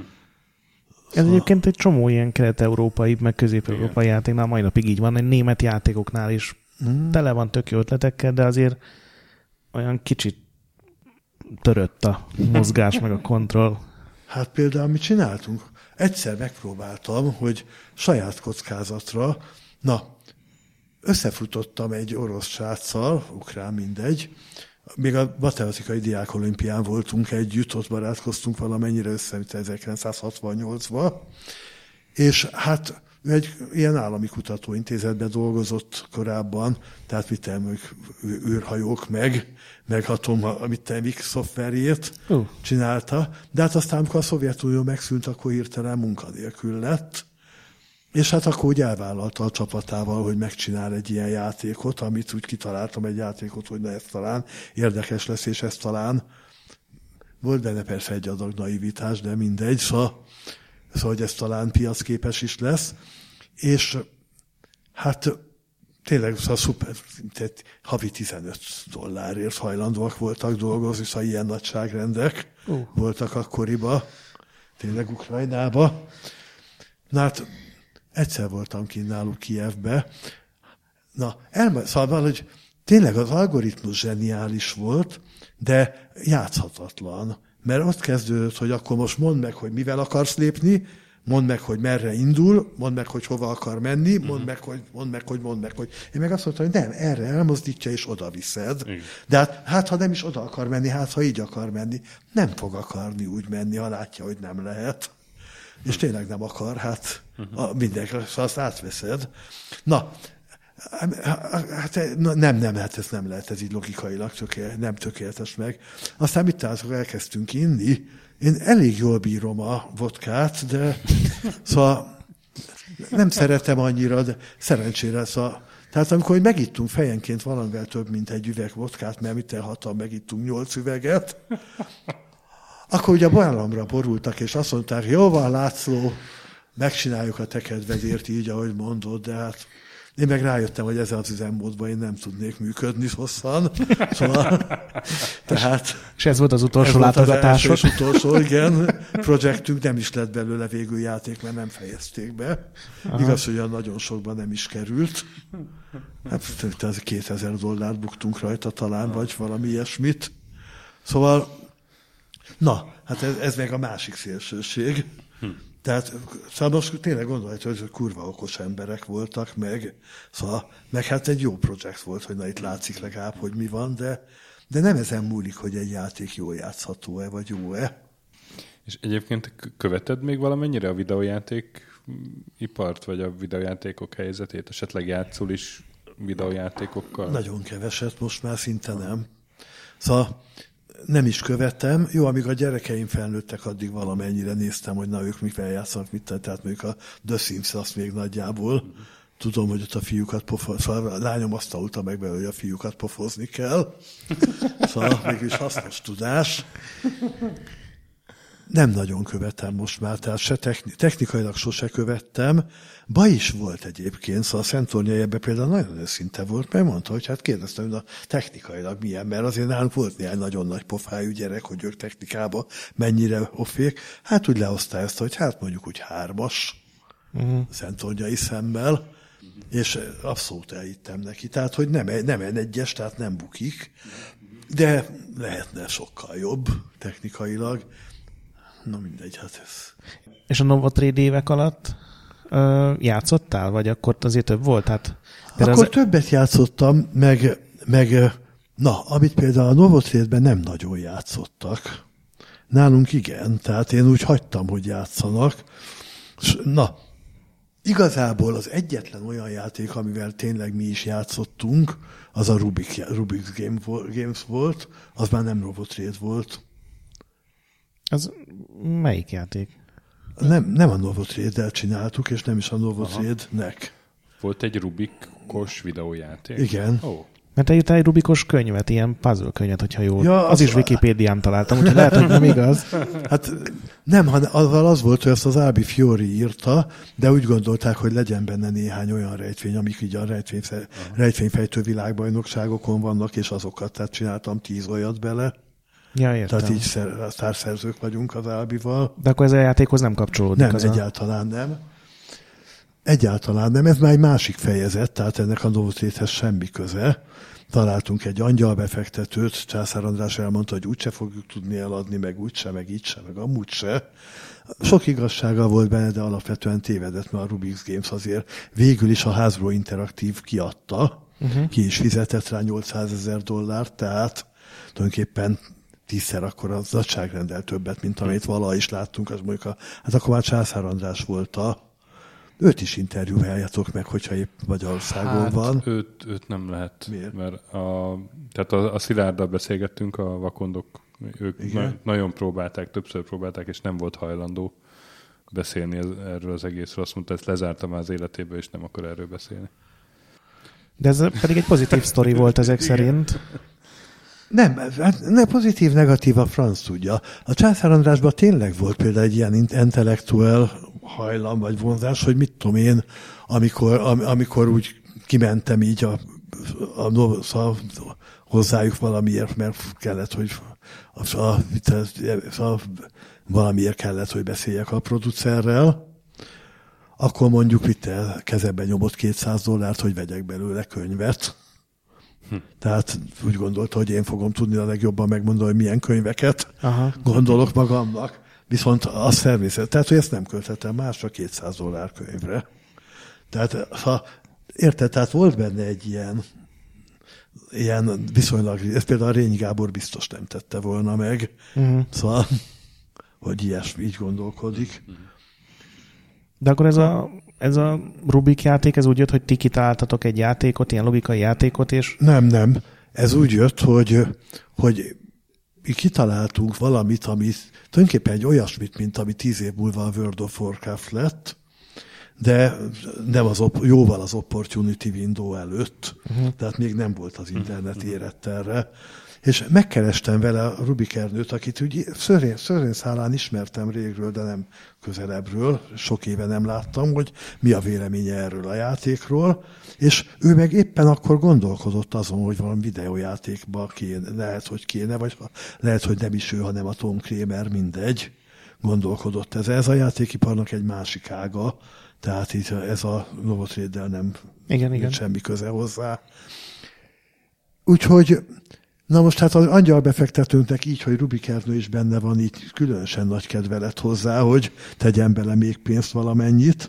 Ez egyébként egy csomó ilyen kelet-európai, meg közép-európai játéknál mai napig így van, egy német játékoknál is hmm. tele van tök jó ötletekkel, de azért olyan kicsit törött a mozgás, meg a kontroll. Hát például mit csináltunk? Egyszer megpróbáltam, hogy saját kockázatra, na, összefutottam egy orosz sráccal, ukrán mindegy, még a matematikai diákolimpián voltunk együtt, ott barátkoztunk valamennyire össze, mint ezerkilencszázhatvannyolcban, és hát ő egy ilyen állami kutatóintézetben dolgozott korábban, tehát mit tudom, űrhajók meg, meg atom, amit temik szoftverjét uh. csinálta, de hát aztán, amikor a Szovjetunió megszűnt, akkor hirtelen munkanélkül lett, és hát akkor úgy elvállalta a csapatával, hogy megcsinál egy ilyen játékot, amit úgy kitaláltam egy játékot, hogy na ez talán érdekes lesz, és ez talán volt benne persze egy adag naivitás, de mindegy, szóval, szóval hogy ez talán piacképes is lesz, és hát tényleg szóval szuper, tehát havi tizenöt dollárért hajlandóak voltak dolgozni, szóval ilyen nagyságrendek uh. voltak akkoriban, tényleg Ukrajnába. Na hát egyszer voltam kint náluk Kijevbe. Na, elme- szóval hogy tényleg az algoritmus zseniális volt, de játszhatatlan. Mert ott kezdődött, hogy akkor most mondd meg, hogy mivel akarsz lépni, mondd meg, hogy merre indul, mondd meg, hogy hova akar menni, mondd uh-huh. meg, hogy mondd meg, hogy mondd meg, hogy... Én meg azt mondtam, hogy nem, erre elmozdítja, és oda viszed. Igen. De hát, hát, ha nem is oda akar menni, hát, ha így akar menni, nem fog akarni úgy menni, ha látja, hogy nem lehet. És tényleg nem akar, hát uh-huh. mindenki, azt átveszed. Na, hát nem, nem, hát ez nem lehet, ez így logikailag tökéletes, nem tökéletes meg. Aztán mit találtuk, elkezdtünk inni. Én elég jól bírom a vodkát, de szóval nem szeretem annyira, de szerencsére, szóval, tehát amikor megittunk fejenként valamivel több, mint egy üveg vodkát, mert mit hatan megittunk nyolc üveget, akkor ugye a ballamra borultak, és azt mondták, jó van, László, megcsináljuk a te kedvedért így, ahogy mondod, de hát én meg rájöttem, hogy ezzel az üzemmódban én nem tudnék működni hosszan. Szóval, tehát... És ez volt az utolsó látogatásod? Ez volt az utolsó, igen. Projektünk nem is lett belőle végül játék, mert nem fejezték be. Aha. Igaz, hogy olyan nagyon sokban nem is került. Hát kétezer dollárt buktunk rajta talán, vagy valami ilyesmit. Szóval, na, hát ez, ez meg a másik szélsőség. Hm. Tehát szóval most tényleg gondolhatja, hogy kurva okos emberek voltak, meg, szóval, meg hát egy jó projekt volt, hogy na itt látszik legalább, hogy mi van, de, de nem ezen múlik, hogy egy játék jól játszható-e, vagy jó-e. És egyébként követed még valamennyire a videójáték ipart, vagy a videójátékok helyzetét? Esetleg játszol is videójátékokkal? Nagyon keveset, most már szinte nem. Szóval nem is követem. Jó, amíg a gyerekeim felnőttek, addig valamennyire néztem, hogy na ők mivel játszanak, mit tenni. Tehát mondjuk a The Sims azt még nagyjából. Mm-hmm. Tudom, hogy ott a fiúkat pofozni, szóval a lányom azt tanulta meg belőle, hogy a fiúkat pofozni kell. Szóval mégis hasznos tudás. Nem nagyon követem most már, tehát se techni- technikailag sose követtem. Baj is volt egyébként, szóval a Szentornyai ebben például nagyon őszinte volt, mert mondta, hogy hát kérdeztem, hogy a technikailag milyen, mert azért nálunk volt néhány nagyon nagy pofájú gyerek, hogy ők technikába mennyire offék. Hát úgy lehozta ezt, hogy hát mondjuk úgy hármas uh-huh. Szentornyai szemmel, uh-huh. és abszolút elhittem neki. Tehát, hogy nem, nem egyes, tehát nem bukik. De lehetne sokkal jobb technikailag. Na mindegy, hát ez... És a Novotrade évek alatt ö, játszottál? Vagy akkor azért több volt? Hát, akkor az... többet játszottam, meg, meg na, amit például a Novotrade-ben nem nagyon játszottak. Nálunk igen, tehát én úgy hagytam, hogy játszanak. Na, igazából az egyetlen olyan játék, amivel tényleg mi is játszottunk, az a Rubik, Rubik's Game, Games volt, az már nem Novotrade volt. Az melyik játék? Nem, nem a Novotrade-del csináltuk, és nem is a Novotrade-nek. Volt egy Rubikos videójáték? Igen. Oh. Mert te írtál egy Rubikos könyvet, ilyen puzzle könyvet, hogyha jól. Ja, az, az is Wikipédián találtam, úgyhogy lehet, hogy nem igaz. Hát nem, hanem azzal az volt, hogy ezt az Albi Fiori írta, de úgy gondolták, hogy legyen benne néhány olyan rejtvény, amik így a rejtvény, rejtvényfejtő világbajnokságokon vannak, és azokat, tehát csináltam tíz olyat bele. Ja, értem. Tehát így szer, sztárszerzők vagyunk az Albival. De akkor ez a játékhoz nem kapcsolódik? Nem, az egyáltalán a... nem. Egyáltalán nem. Ez már egy másik fejezet, tehát ennek a Novotrade-hez semmi köze. Találtunk egy angyalbefektetőt, Császár András elmondta, hogy úgyse fogjuk tudni eladni, meg úgyse, meg így se, meg amúgy se. Sok igazsága volt benne, de alapvetően tévedett, mert a Rubik's Games azért végül is a Hasbro Interactive kiadta, uh-huh. ki is fizetett rá nyolcszázezer dollárt, tehát tulajdonképpen tízszer akkor az nagyságrendel többet, mint amit valaha is láttunk, az mondjuk a, hát akkor már Császár András volt a őt is interjúáljatok meg, hogyha épp Magyarországon hát, van. Őt, őt nem lehet. Miért? Mert a, tehát a, a Szilárddal beszélgettünk, a vakondok, ők na, nagyon próbálták, többször próbálták, és nem volt hajlandó beszélni ez, erről az egészről. Azt mondta, ezt lezárta már az életéből, és nem akar erről beszélni. De ez pedig egy pozitív sztori volt ezek szerint. Nem, ne pozitív, negatív a franc tudja. A Császár Andrásban tényleg volt például egy ilyen intellektuál hajlam vagy vonzás, hogy mit tudom én, amikor, am, amikor úgy kimentem így a, a, a, a, hozzájuk valamiért, mert kellett, hogy a, a, a, valamiért kellett, hogy beszéljek a producerrel, akkor mondjuk vitte kezembe nyomott kétszáz dollárt, hogy vegyek belőle könyvet. Hm. Tehát úgy gondolta, hogy én fogom tudni a legjobban megmondani, hogy milyen könyveket Aha. gondolok magamnak. Viszont az természet, tehát hogy ezt nem költhetem másra kétszáz dollár könyvre. Tehát ha érted, tehát volt benne egy ilyen, ilyen viszonylag, ez például a Rényi Gábor biztos nem tette volna meg. Uh-huh. Szóval, hogy ilyesmi így gondolkodik. De akkor ez a, ez a Rubik játék, ez úgy jött, hogy ti kitaláltatok egy játékot, ilyen logikai játékot, és... Nem, nem. Ez úgy jött, hogy, hogy kitaláltunk valamit, ami tulajdonképpen egy olyasmit, mint ami tíz év múlva a World of Warcraft lett, de nem az op- jóval az Opportunity Window előtt, uh-huh. tehát még nem volt az internet uh-huh. érett erre. És megkerestem vele a Rubik Ernőt, akit úgy szörén, szörén szálán ismertem régről, de nem közelebbről, sok éve nem láttam, hogy mi a véleménye erről a játékról, és ő meg éppen akkor gondolkodott azon, hogy valami videójátékba kéne, lehet, hogy kéne, vagy lehet, hogy nem is ő, hanem a Tom Kramer, mindegy, gondolkodott ez. Ez a játékiparnak egy másik ága, tehát itt ez a Novotrade-del nem igen, igen. semmi köze hozzá. Úgyhogy na most hát az angyalbefektetőnknek így, hogy Rubik Ernő is benne van, így különösen nagy kedve lett hozzá, hogy tegyen bele még pénzt valamennyit.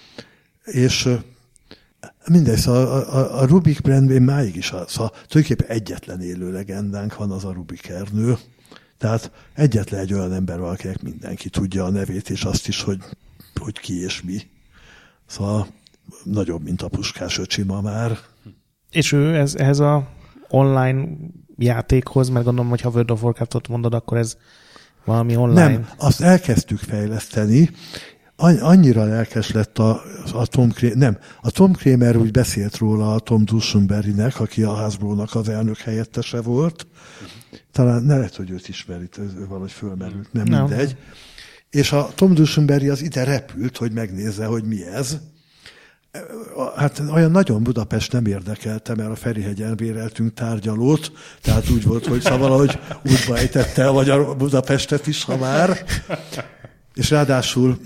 És mindegy, szóval a, a, a Rubik brandben máig is, szóval tulajdonképpen egyetlen élő legendánk van, az a Rubik Ernő. Tehát egyetlen egy olyan ember, akinek mindenki tudja a nevét, és azt is, hogy, hogy ki és mi. Szóval nagyobb, mint a Puskás öcsi ma már. És ő ez, ehhez a online játékhoz, mert gondolom, hogy ha World of Warcraftot mondod, akkor ez valami online. Nem, azt elkezdtük fejleszteni. Annyira lelkes lett a, a Tom Kramer, nem, a Tom Kramer úgy beszélt róla a Tom Dusenberrynek, aki a Hasbro-nak az elnök helyettese volt. Talán ne lehet, hogy őt ismerit, ő valahogy fölmerült, nem, nem mindegy. És a Tom Dusenberry az ide repült, hogy megnézze, hogy mi ez. Hát olyan nagyon Budapest nem érdekelte, mert a Ferihegyen béreltünk tárgyalót, tehát úgy volt, hogy szóval valahogy útba ejtette el Magyar Budapestet is, ha már. És ráadásul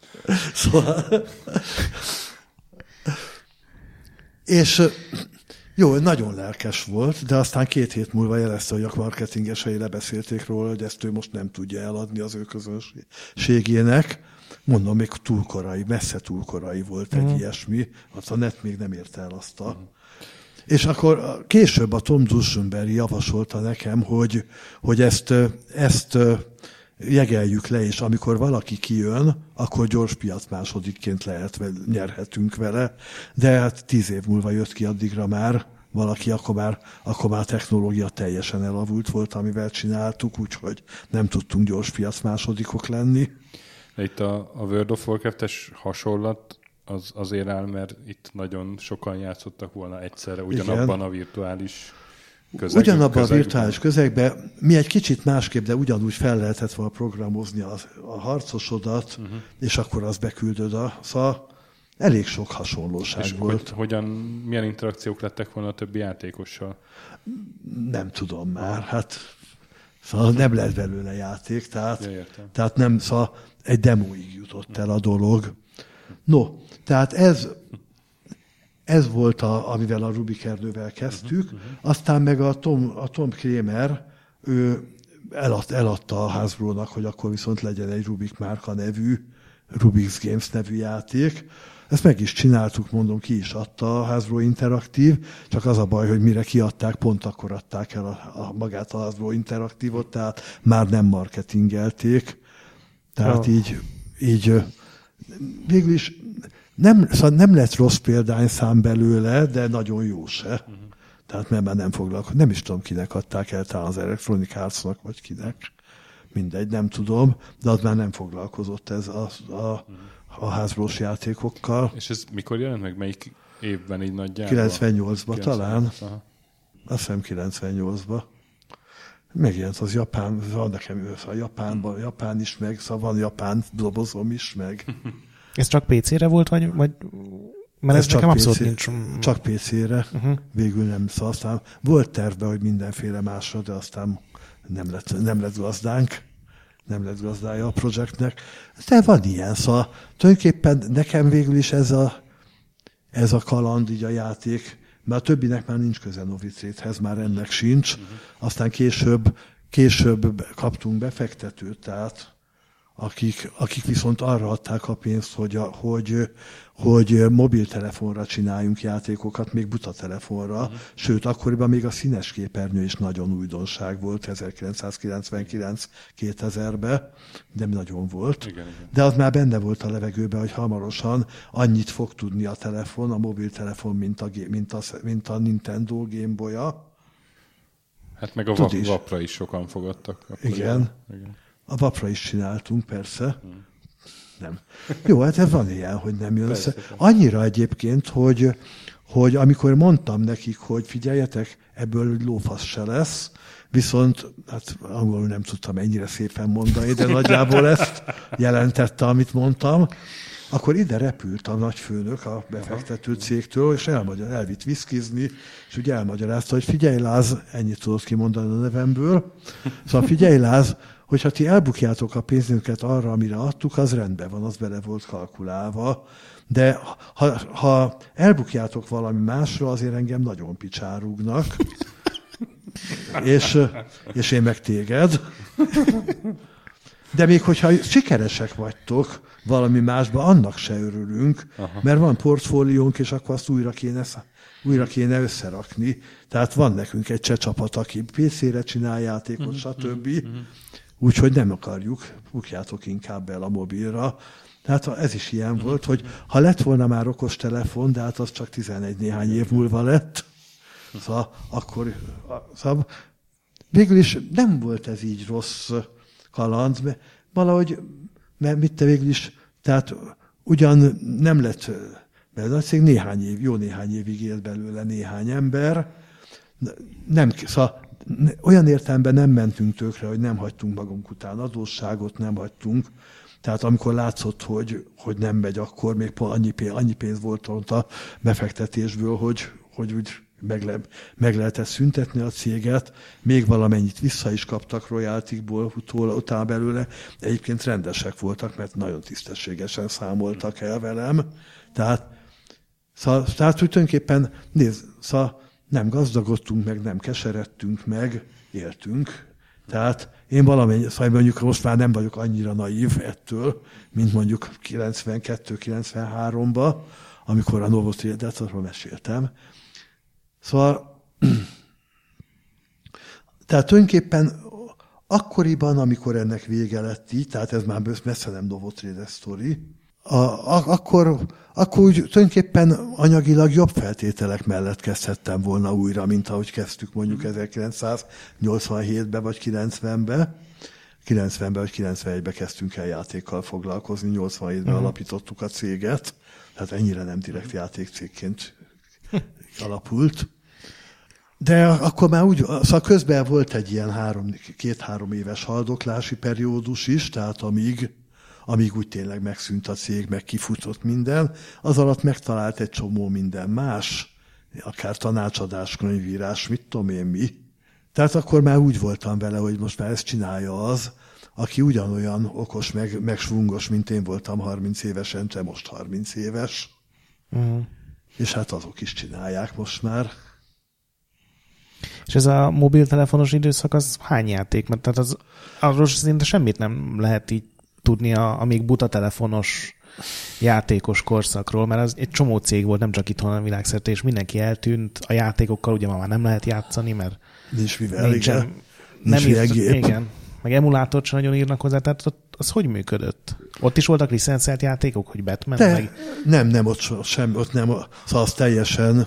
szóval és, Jó, nagyon lelkes volt, de aztán két hét múlva jelezte, hogy a marketingesei lebeszélték róla, hogy ezt ő most nem tudja eladni az ő közönségének. Mondom, még túl korai, messze túl korai volt egy mm. ilyesmi. Az a net még nem érte el azt a... Mm. És akkor később a Tom Duschenberg javasolta nekem, hogy, hogy ezt, ezt jegeljük le, és amikor valaki kijön, akkor gyors piac másodikként lehet, nyerhetünk vele, de hát tíz év múlva jött ki addigra már valaki, akkor már, akkor már technológia teljesen elavult volt, amivel csináltuk, úgyhogy nem tudtunk gyors piac másodikok lenni. De itt a, a World of Warcraft-es hasonlat az azért áll, mert itt nagyon sokan játszottak volna egyszerre ugyanabban Igen. a virtuális közeg, Ugyanabban közegben. a virtuális közegben mi egy kicsit másképp, de ugyanúgy fel lehetett volna programozni a, a harcosodat, uh-huh. és akkor azt beküldöd a... Szóval elég sok hasonlóság és volt. Hogy, hogyan, milyen interakciók lettek volna a többi játékossal? Nem tudom már, hát szóval nem lett belőle játék, tehát, ja, tehát nem, szóval egy demóig jutott el a dolog. No, tehát ez... Ez volt, a, amivel a Rubik erdővel kezdtük. Uh-huh, uh-huh. Aztán meg a Tom, a Tom Kramer, ő elad, eladta a Hasbrónak, hogy akkor viszont legyen egy Rubik márka nevű, Rubik's Games nevű játék. Ezt meg is csináltuk, mondom, ki is adta a Hasbro Interaktív, csak az a baj, hogy mire kiadták, pont akkor adták el a, a magát a Hasbro Interaktívot, tehát már nem marketingelték. Tehát oh. így, így végül is Nem, szóval nem lett rossz példányszám belőle, de nagyon jó se. Uh-huh. Tehát mert már nem foglalkozik. Nem is tudom, kinek adták el, talán az Electronic Arts-nak, vagy kinek. Mindegy, nem tudom, de az már nem foglalkozott ez a, a, uh-huh. a Hasbrós játékokkal. És ez mikor jelent meg? Melyik évben így nagyjából? kilencvennyolcban talán. Aha. Azt hiszem kilencvennyolcban. Megjelent az Japán, van nekem a Japánban, Japán is meg, szóval van Japán dobozom is meg. Ez csak pé cére volt, vagy, vagy mert ez, ez nekem abszolút nincs. Csak pé cére, uh-huh. végül nem, szóval aztán volt tervbe, hogy mindenféle másra, de aztán nem lett, nem lett gazdánk, nem lett gazdája a projektnek. De van ilyen, szóval tulajdonképpen nekem végül is ez a, ez a kaland, így a játék, mert a többinek már nincs köze Novicéthez, már ennek sincs. Uh-huh. Aztán később, később kaptunk befektetőt, tehát Akik, akik viszont arra adták a pénzt, hogy, a, hogy, hogy mobiltelefonra csináljunk játékokat, még buta telefonra. Uh-huh. Sőt, akkoriban még a színes képernyő is nagyon újdonság volt, ezerkilencszázkilencvenkilenc kétezerben, de nagyon volt. Igen, igen. De az már benne volt a levegőben, hogy hamarosan annyit fog tudni a telefon, a mobiltelefon, mint a, mint a, mint a Nintendo Game Boy-a. Hát meg a vap, vapra is sokan fogadtak. Igen. Igen. A vapra is csináltunk, persze. Hmm. Nem. Jó, hát ez van ilyen, hogy nem jön össze. Annyira egyébként, hogy, hogy amikor mondtam nekik, hogy figyeljetek, ebből lófasz se lesz, viszont, hát angolul nem tudtam ennyire szépen mondani, de nagyjából ezt jelentette, amit mondtam, akkor ide repült a nagyfőnök a befektető cégtől, és elmagyar, elvitt viszkizni, és úgy elmagyarázta, hogy figyelj Láz, ennyit tudod kimondani a nevemből, szóval figyelj Láz, hogyha ti elbukjátok a pénzünket arra, amire adtuk, az rendben van, az bele volt kalkulálva. De ha, ha elbukjátok valami másra, azért engem nagyon picsárugnak. és, és én meg téged. De még hogyha sikeresek vagytok valami másba, annak se örülünk, Aha. mert van portfóliónk, és akkor azt újra kéne, újra kéne összerakni. Tehát van nekünk egy cseh csapat, aki pé cére csinál játékot, uh-huh, stb. Uh-huh. Úgyhogy nem akarjuk, bukjátok inkább el a mobilra. Tehát ez is ilyen uh-huh. volt, hogy ha lett volna már okos telefon, de hát az csak tizenegy néhány év múlva lett, szóval akkor szóval végül is nem volt ez így rossz kaland, mert valahogy, mert mit te végül is, tehát ugyan nem lett belőle a cég, néhány év, jó néhány évig élt belőle néhány ember, nem, szóval olyan értelemben nem mentünk tökre, hogy nem hagytunk magunk után adósságot, nem hagytunk. Tehát amikor látszott, hogy, hogy nem megy, akkor még annyi pénz, annyi pénz volt ott a befektetésből, hogy, hogy úgy meg, le, meg lehetett szüntetni a céget. Még valamennyit vissza is kaptak royaltikból utána belőle. Egyébként rendesek voltak, mert nagyon tisztességesen számoltak el velem. Tehát, szóval, tehát tulajdonképpen, nézd, szóval nem gazdagodtunk meg, nem keseredtünk meg, éltünk. Tehát én valamennyi, szóval mondjuk most már nem vagyok annyira naív ettől, mint mondjuk kilencvenkettő kilencvenháromban, amikor a Novotriledet, arról meséltem. Szóval, tehát tulajdonképpen akkoriban, amikor ennek vége lett így, tehát ez már messze nem Novotriledes sztori, a, a, akkor, akkor úgy tulajdonképpen anyagilag jobb feltételek mellett kezdhettem volna újra, mint ahogy kezdtük mondjuk ezerkilencszáznyolcvanhétben vagy kilencvenben. kilencvenben vagy kilencvenegyben kezdtünk el játékkal foglalkozni, nyolcvanhétben uh-huh. alapítottuk a céget, tehát ennyire nem direkt játékcégként alapult. De akkor már úgy, szóval közben volt egy ilyen három, két-három éves haldoklási periódus is, tehát amíg, amíg úgy tényleg megszűnt a cég, meg kifutott minden, az alatt megtalált egy csomó minden más, akár tanácsadás, könyvírás, mit tudom én mi. Tehát akkor már úgy voltam vele, hogy most már ezt csinálja az, aki ugyanolyan okos, meg, meg svungos, mint én voltam harminc évesen, te most harminc éves. Uh-huh. És hát azok is csinálják most már. És ez a mobiltelefonos időszak, az hány játék? Mert tehát az, arról szinte semmit nem lehet így tudni a, a még buta telefonos játékos korszakról, mert az egy csomó cég volt, nem csak itthon, hanem világszerte, és mindenki eltűnt. A játékokkal ugye már nem lehet játszani, mert nincs mivel, nincsen, igen. Nem nincs írt, igen. Meg emulátort sem nagyon írnak hozzá, tehát ott, az hogy működött? Ott is voltak licenszelt játékok, hogy Batman? De, meg... Nem, nem, ott sem, ott nem, szóval az teljesen,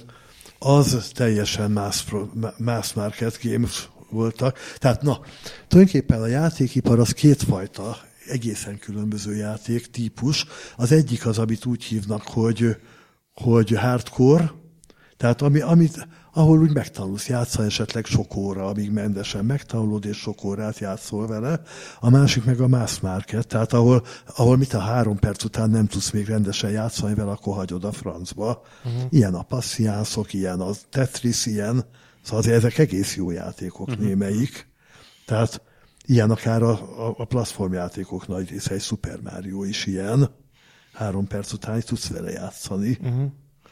az teljesen mass, mass market games voltak. Tehát na, tulajdonképpen a játékipar az kétfajta, egészen különböző játék típus. Az egyik az, amit úgy hívnak, hogy, hogy hardcore, tehát ami, amit, ahol úgy megtanulsz játszani esetleg sok óra, amíg mendesen megtanulod, és sok órát játszol vele. A másik meg a mass market, tehát ahol, ahol mit a három perc után nem tudsz még rendesen játszani vele, akkor hagyod a francba. Uh-huh. Ilyen a passziánszok, ilyen a Tetris, ilyen, szóval azért ezek egész jó játékok uh-huh. némelyik. Tehát ilyen akár a, a, a platformjátékok nagy része, egy Super Mario is ilyen. Három perc után tudsz vele játszani. Uh-huh.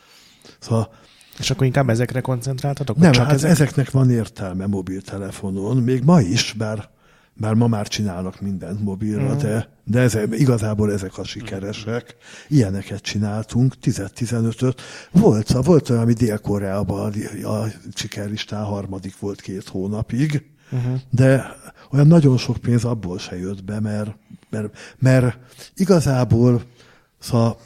Szóval és akkor inkább ezekre koncentráltatok? Nem, csak hát ezek? ezeknek van értelme mobiltelefonon, még ma is, bár, bár ma már csinálnak mindent mobilra, mm. de, de ez, igazából ezek a sikeresek. Ilyeneket csináltunk, tíz-tizenötöt. Volt, volt olyan, ami Dél-Koreában a, a sikerlistán harmadik volt két hónapig, uh-huh. de olyan nagyon sok pénz abból se jött be, mert, mert, mert igazából szóval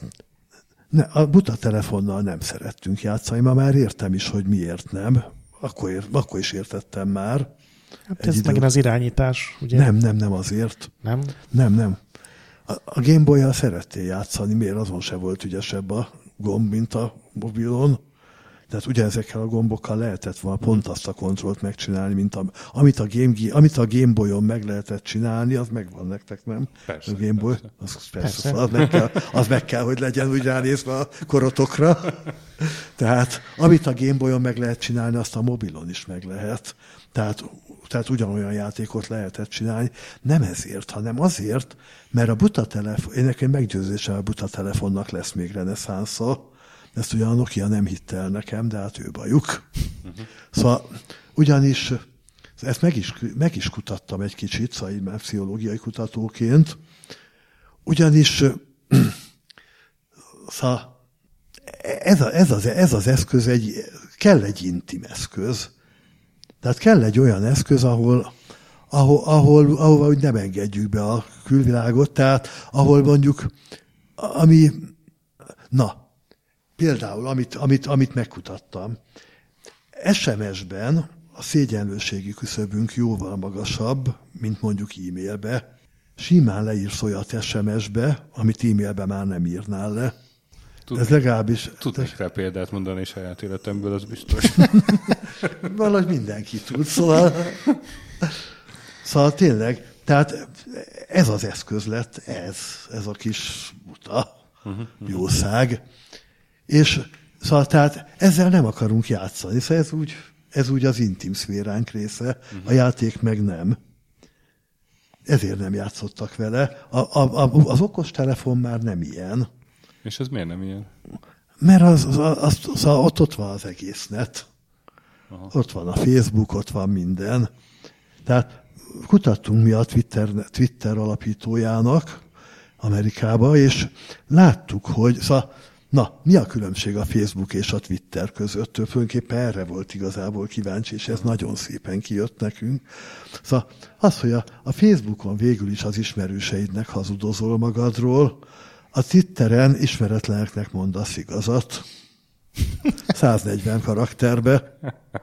Ne, a buta telefonnal nem szerettünk játszani, ma már értem is, hogy miért nem. Akkor, ér, akkor is értettem már. Hát ez idő... megint az irányítás, ugye? Nem, nem, nem azért. Nem? Nem, nem. A, a Game Boy-jal szerettél játszani, miért azon se volt ügyesebb a gomb, mint a mobilon. Tehát ugyanezekkel a gombokkal lehetett volna pont azt a kontrollt megcsinálni, mint a, amit, a Game, amit a Game Boy-on meg lehetett csinálni, az megvan nektek, nem? Persze. A Game Boy, persze. Az, persze, persze. Az, meg kell, az meg kell, hogy legyen úgy ránézve a korotokra. Tehát amit a Game Boy-on meg lehet csinálni, azt a mobilon is meg lehet. Tehát, tehát ugyanolyan játékot lehetett csinálni. Nem ezért, hanem azért, mert a buta telefon, én nekem meggyőzésem, a buta telefonnak lesz még reneszánsza. Ezt ugyan a Nokia nem hitte el nekem, de hát ő bajuk. Uh-huh. Szóval ugyanis, ezt meg is, meg is kutattam egy kicsit, szóval így már pszichológiai kutatóként, ugyanis szóval ez, a, ez, az, ez az eszköz, egy, kell egy intim eszköz. Tehát kell egy olyan eszköz, ahol, ahol, ahol, ahol úgy nem engedjük be a külvilágot, tehát ahol mondjuk, ami, na, például, amit, amit, amit megkutattam, es em es-ben a szégyenlőségi küszöbünk jóval magasabb, mint mondjuk e-mailbe. Simán leírsz olyat es em es-be, amit e-mailbe már nem írnál le. Tudnék, Ez legalábbis... Tudnék rá példát mondani saját életemből, az biztos. Valahogy mindenki tud, szóval... Szóval tényleg, tehát ez az eszköz lett, ez, ez a kis buta uh-huh. jószág. És szóval tehát ezzel nem akarunk játszani, szóval ez úgy, ez úgy az intim szféránk része, uh-huh. a játék meg nem. Ezért nem játszottak vele. A, a, a, az okostelefon már nem ilyen. És ez miért nem ilyen? Mert az, az, az, az, ott, ott van az egész net. Aha. Ott van a Facebook, ott van minden. Tehát kutattunk mi a Twitter, Twitter alapítójának Amerikába, és láttuk, hogy szóval, na, mi a különbség a Facebook és a Twitter között? Tulajdonképpen erre volt igazából kíváncsi, és ez nagyon szépen kijött nekünk. Szóval az, hogy a, a Facebookon végül is az ismerőseidnek hazudozol magadról, a Twitteren ismeretleneknek mondasz igazat. száznegyven karakterbe.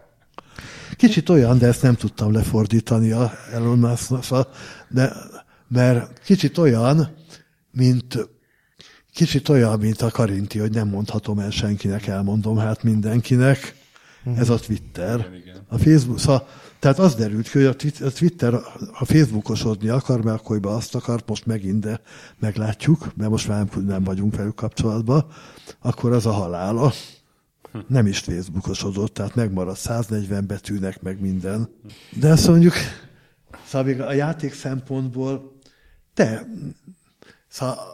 Kicsit olyan, de ezt nem tudtam lefordítani a Elon Musk-nak, de mert kicsit olyan, mint kicsit olyan, mint a Karinti, hogy nem mondhatom el senkinek, elmondom hát mindenkinek. Ez a Twitter. A Facebook, szóval, tehát az derült ki, hogy a Twitter, ha Facebookosodni akar, mert akkor azt akart, most megint, de meglátjuk, mert most már nem vagyunk velük kapcsolatban, akkor az a halála. Nem is Facebookosodott, tehát megmaradt száznegyven betűnek, meg minden. De azt mondjuk, szóval még a játék szempontból, de szóval,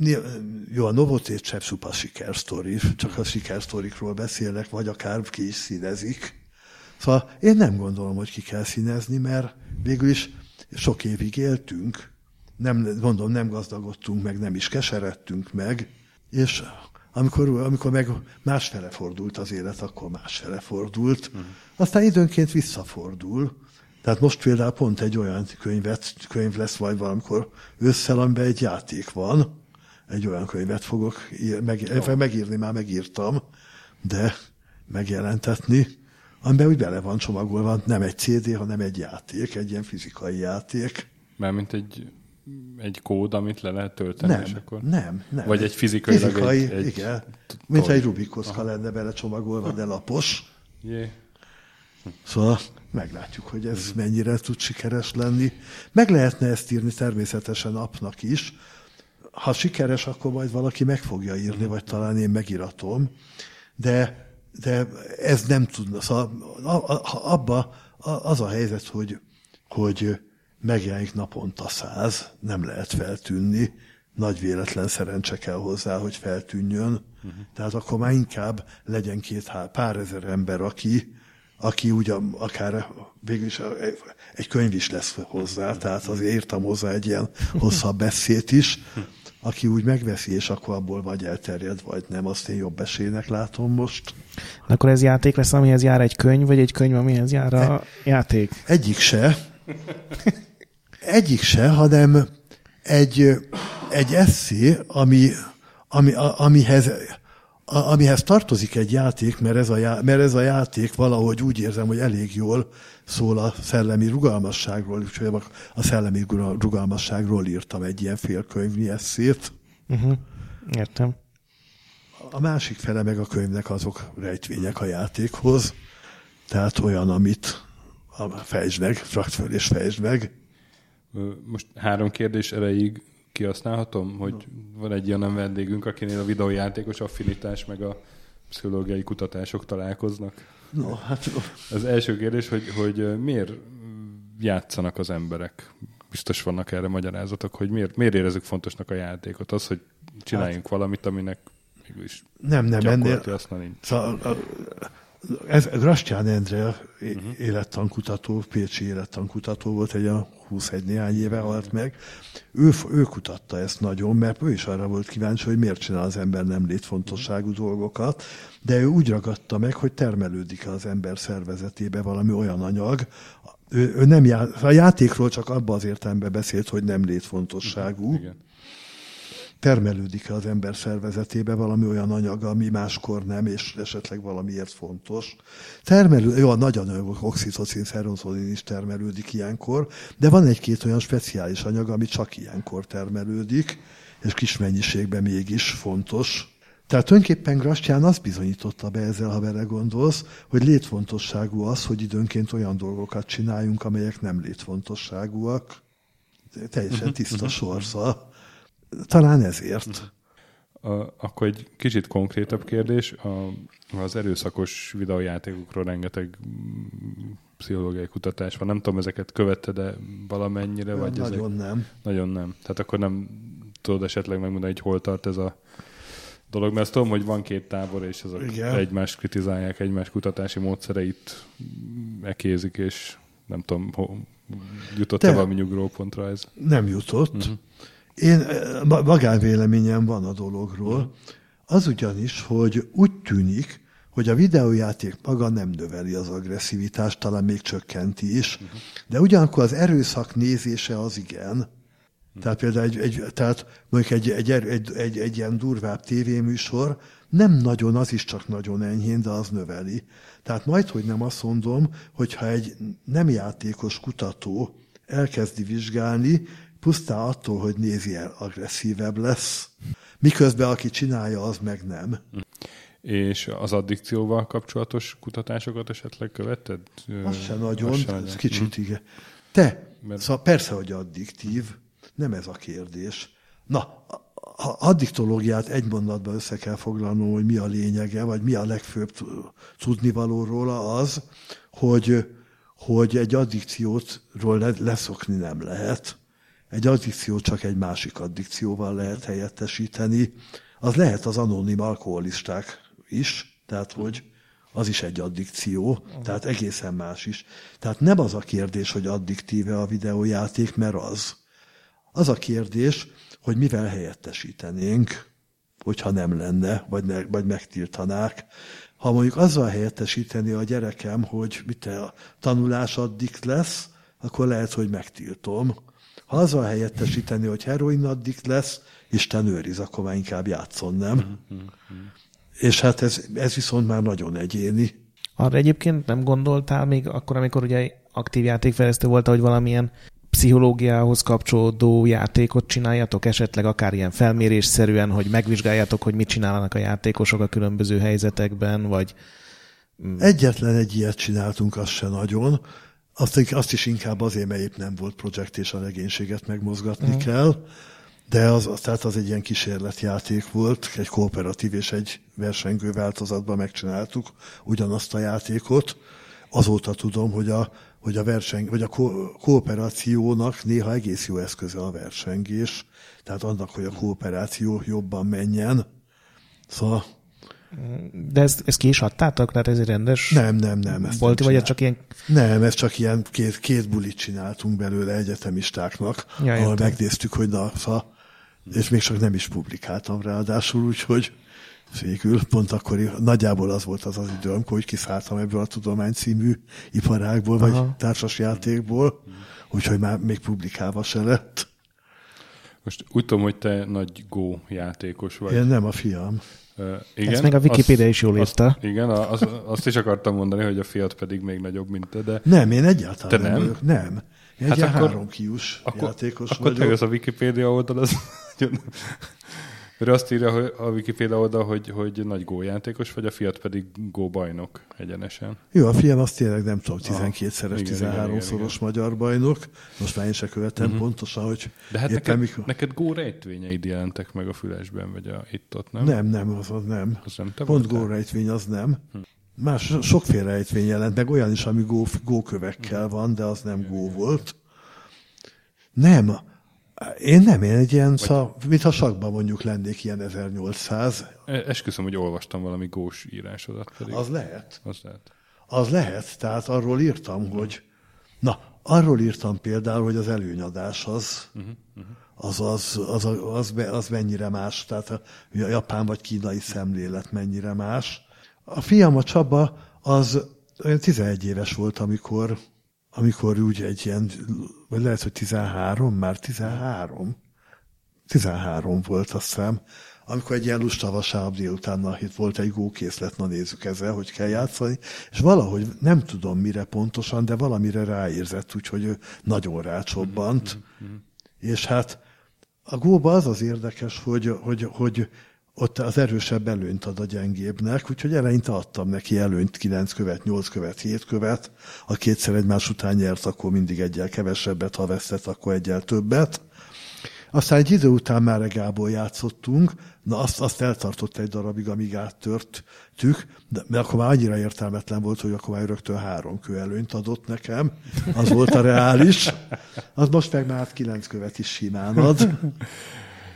jó, a Novotét sem szupa sikersztori, csak a sikersztorikról beszélnek, vagy akár ki is színezik. Szóval én nem gondolom, hogy ki kell színezni, mert végül is sok évig éltünk, nem, mondom, nem gazdagodtunk meg, nem is keseredtünk meg, és amikor, amikor meg másfele fordult az élet, akkor másfele fordult. Uh-huh. Aztán időnként visszafordul. Tehát most például pont egy olyan könyvet, könyv lesz majd valamikor ősszel, amiben egy játék van. Egy olyan könyvet fogok ír, meg, oh. megírni, már megírtam, de megjelentetni, amiben úgy bele van csomagolva, nem egy cé dé, hanem egy játék, egy ilyen fizikai játék. Mármint egy, egy kód, amit le lehet tölteni, nem, és akkor... Nem, nem. Vagy egy fizikai... Fizikai, egy, igen. Egy mint egy Rubik-kocka lenne bele csomagolva, de lapos. Yeah. Szóval meglátjuk, hogy ez mennyire tud sikeres lenni. Meg lehetne ezt írni természetesen appnak is. Ha sikeres, akkor majd valaki meg fogja írni, vagy talán én megíratom. De, de ez nem tudna. Szóval abban az a helyzet, hogy, hogy megjelenik naponta száz, nem lehet feltűnni. Nagy véletlen szerencse kell hozzá, hogy feltűnjön. Uh-huh. Tehát akkor már inkább legyen két pár ezer ember, aki, aki ugyan akár végül is egy könyv is lesz hozzá, tehát azért írtam hozzá egy ilyen hosszabb beszéd is, aki úgy megveszi, és akkor abból vagy elterjed, vagy nem, azt én jobb esélynek látom most. Akkor ez játék lesz, amihez jár egy könyv, vagy egy könyv, amihez jár a e- játék? Egyik se. Egyik se, hanem egy, egy eszé, ami, ami, amihez, amihez tartozik egy játék, mert ez, a já, mert ez a játék valahogy úgy érzem, hogy elég jól szól a szellemi rugalmasságról, úgyhogy a szellemi rugalmasságról írtam egy ilyen félkönyvnyi eszét. Uh-huh. Értem. A másik fele meg a könyvnek azok rejtvények a játékhoz, tehát olyan, amit fejtsd meg, rakt föl és fejtsd meg. Most három kérdés erejéig kihasználhatom, hogy van egy olyan vendégünk, akinél a videójátékos affinitás meg a pszichológiai kutatások találkoznak. No, hát... Az első kérdés, hogy, hogy miért játszanak az emberek? Biztos vannak erre magyarázatok, hogy miért, miért érezzük fontosnak a játékot? Az, hogy csináljunk hát, valamit, aminek mégis nem, nem, ennél... használni. Szóval, ez Grastyán Endre uh-huh. élettankutató, pécsi élettankutató volt, egy a huszonegy néhány éve halt meg. Ő, ő kutatta ezt nagyon, mert ő is arra volt kíváncsi, hogy miért csinál az ember nem létfontosságú uh-huh. dolgokat, de ő úgy ragadta meg, hogy termelődik az ember szervezetébe valami olyan anyag. Ő, ő nem já... A játékról csak abban az értelemben beszélt, hogy nem létfontosságú. Uh-huh. Termelődik az ember szervezetébe valami olyan anyag, ami máskor nem, és esetleg valamiért fontos. Termelő, jó, a nagy anyagok, oxitocin, szerotonin is termelődik ilyenkor, de van egy-két olyan speciális anyag, ami csak ilyenkor termelődik, és kis mennyiségben mégis fontos. Tehát tulajdonképpen Grastyán azt bizonyította be ezzel, ha vele gondolsz, hogy létfontosságú az, hogy időnként olyan dolgokat csináljunk, amelyek nem létfontosságúak. Teljesen tiszta sorsa. Talán ezért. A, akkor egy kicsit konkrétabb kérdés. A, az erőszakos videójátékokról rengeteg pszichológiai kutatás van. Nem tudom, ezeket követte, de valamennyire? Vagy nagyon ezek... nem. Nagyon nem. Tehát akkor nem tudod esetleg megmondani, hogy hol tart ez a dolog, mert azt tudom, hogy van két tábor, és azok Igen. egymást kritizálják, egymás kutatási módszereit ekézik, és nem tudom, jutott-e valami nyugrópontra ez? Nem jutott. Uh-huh. Én magánvéleményem van a dologról. Uh-huh. Az ugyanis, hogy úgy tűnik, hogy a videójáték maga nem növeli az agresszivitást, talán még csökkenti is, uh-huh. de ugyanakkor az erőszak nézése az igen. Uh-huh. Tehát például egy, egy, tehát mondjuk egy, egy, egy, egy, egy ilyen durvább tévéműsor nem nagyon, az is csak nagyon enyhén, de az növeli. Tehát majd, hogy nem azt mondom, hogyha egy nem játékos kutató elkezdi vizsgálni, pusztán attól, hogy nézi el, agresszívebb lesz. Miközben aki csinálja, az meg nem. És az addikcióval kapcsolatos kutatásokat esetleg követted? Az se nagyon, az nagyon. Kicsit igen. Te, Mert... szóval persze, hogy addiktív, nem ez a kérdés. Na, ha addiktológiát egy mondatban össze kell foglalnom, hogy mi a lényege, vagy mi a legfőbb tudnivaló róla az, hogy, hogy egy addikciótról leszokni nem lehet. Egy addikciót csak egy másik addikcióval lehet helyettesíteni. Az lehet az anonim alkoholisták is, tehát hogy az is egy addikció, tehát egészen más is. Tehát nem az a kérdés, hogy addiktíve a videójáték, mert az. Az a kérdés, hogy mivel helyettesítenénk, hogyha nem lenne, vagy, ne, vagy megtiltanák. Ha mondjuk azzal helyettesíteni a gyerekem, hogy mit a tanulás addikt lesz, akkor lehet, hogy megtiltom. Ha azzal helyettesíteni, hogy heroin addikt lesz, Isten őriz, akkor már inkább játszon, nem? Mm-hmm. És hát ez, ez viszont már nagyon egyéni. Arra egyébként nem gondoltál még akkor, amikor ugye aktív játékfejlesztő volt, hogy valamilyen pszichológiához kapcsolódó játékot csináljatok, esetleg akár ilyen felmérésszerűen, hogy megvizsgáljátok, hogy mit csinálnak a játékosok a különböző helyzetekben, vagy... Egyetlen egy ilyet csináltunk, az se nagyon. Azt, azt is inkább azért, mert épp nem volt projekt, és a legénységet megmozgatni mm. kell. De az, az, tehát az egy ilyen kísérletjáték volt, egy kooperatív és egy versengő változatban megcsináltuk ugyanazt a játékot. Azóta tudom, hogy a, hogy a, verseng, vagy a ko, kooperációnak néha egész jó eszköze a versengés, tehát annak, hogy a kooperáció jobban menjen. Szóval... De ezt, ezt ki is adtátok? Tehát ez egy rendes... Nem, nem, nem. Ezt volt, nem vagy ez csak ilyen... Nem, ez csak ilyen két, két bulit csináltunk belőle egyetemistáknak, ja, ahol jöttem. Megnéztük, hogy na, szóval, és még csak nem is publikáltam ráadásul, úgyhogy végül pont akkor nagyjából az volt az az idő, amikor úgy kiszálltam ebből a tudomány című iparágból, vagy Aha. társasjátékból, úgyhogy már még publikálva se lett. Most úgy tudom, hogy te nagy Go játékos vagy. Én nem, a fiam. Uh, igen, ezt még a Wikipédia is jól írta. Azt, igen, az, azt is akartam mondani, hogy a fiat pedig még nagyobb, mint te, de... Nem, én egyáltalán te nem, nem vagyok. Nem. Én hát egy akkor, három kiús akkor, játékos akkor vagyok. Akkor te az a Wikipédia oldal, az... Mert azt írja hogy a Wikipédia oldal, hogy, hogy nagy Go játékos vagy, a fiat pedig Go bajnok egyenesen. Jó, a fiam azt tényleg nem tudom, tizenkétszeres, tizenháromszoros magyar bajnok. Most már én se követem uh-huh. pontosan, hogy... De hát neked, mikor... neked Go rejtvényeid jelentek meg a fülesben, vagy a itt-ott, nem? Nem, nem, az, az nem. Az nem te Pont Go rejtvény az nem. Hm. Más sokféle rejtvény jelent, meg olyan is, ami Go, Go kövekkel van, de az nem Go volt. Nem, én nem, én egy ilyen, szá, mintha sakban mondjuk lennék ilyen ezernyolcszáz. Esküszöm, hogy olvastam valami Go-s írásodat pedig. Az lehet. Az lehet. Az lehet, tehát arról írtam, hogy, na, arról írtam például, hogy az előnyadás az, uh-huh, uh-huh. az, az, az, az, az mennyire más, tehát a japán vagy kínai szemlélet mennyire más. A fiam, a Csaba, az olyan tizenegy éves volt, amikor amikor úgy egy ilyen, vagy lehet, hogy tizenhárom, már tizenhárom, tizenhárom volt, azt hiszem, amikor egy ilyen lusta vasárnap délután itt volt egy gókészlet, na nézzük ezzel, hogy kell játszani, és valahogy nem tudom mire pontosan, de valamire ráérzett, úgyhogy ő nagyon rácsobbant, mm-hmm. és hát a góba az az érdekes, hogy, hogy, hogy ott az erősebb előnyt ad a gyengébbnek, úgyhogy eleinte adtam neki előnyt, kilenc követ, nyolc követ, hét követ. Ha kétszer egymás után nyert, akkor mindig egyel kevesebbet, ha vesztett, akkor egyel többet. Aztán egy idő után már Gából játszottunk, na azt, azt eltartott egy darabig, amíg áttörtük, de, de akkor már annyira értelmetlen volt, hogy akkor már rögtön három kő előnyt adott nekem. Az volt a reális. Az most meg már kilenc követ is simán ad.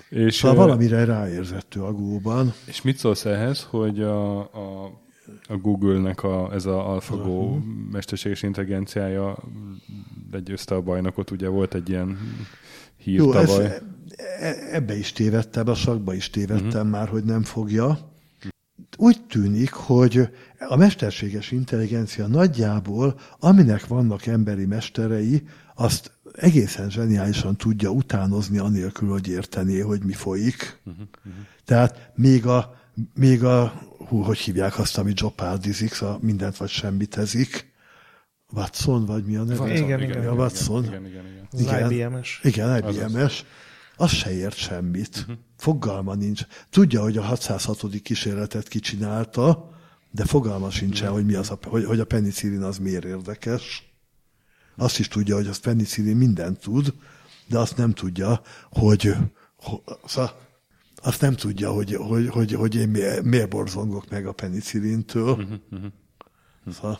És szóval valamire ráérzett ő a Go-ban. És mit szólsz ehhez, hogy a, a, a Google-nek a, ez az AlphaGo uh-huh. mesterséges intelligenciája legyőzte a bajnokot, ugye volt egy ilyen hír Jó, tavaly. Ez, ebbe is tévedtem, a sakba is tévedtem uh-huh. már, hogy nem fogja. Úgy tűnik, hogy a mesterséges intelligencia nagyjából, aminek vannak emberi mesterei, azt egészen zseniálisan tudja utánozni anélkül, hogy értené, hogy mi folyik. Uh-huh, uh-huh. Tehát még a, még a hú, hogy hívják azt, ami Jeopardizik, a mindent vagy semmit ezik. Watson, vagy mi a neve? Igen, igen, igen, a Watson. Igen, igen, igen. igen. Az I B M-es. Igen, I B M-es. Az se ért semmit. Uh-huh. Fogalma nincs. Tudja, hogy a hatszázhatodik kísérletet kicsinálta, de fogalma sincsen, uh-huh. hogy, mi az a, hogy, hogy a penicillin az miért érdekes. Azt is tudja, hogy a penicillin mindent tud, de azt nem tudja, hogy, hogy azt nem tudja, hogy, hogy, hogy, hogy én miért, miért borzongok meg a penicillintől. Uh-huh, uh-huh. Szóval.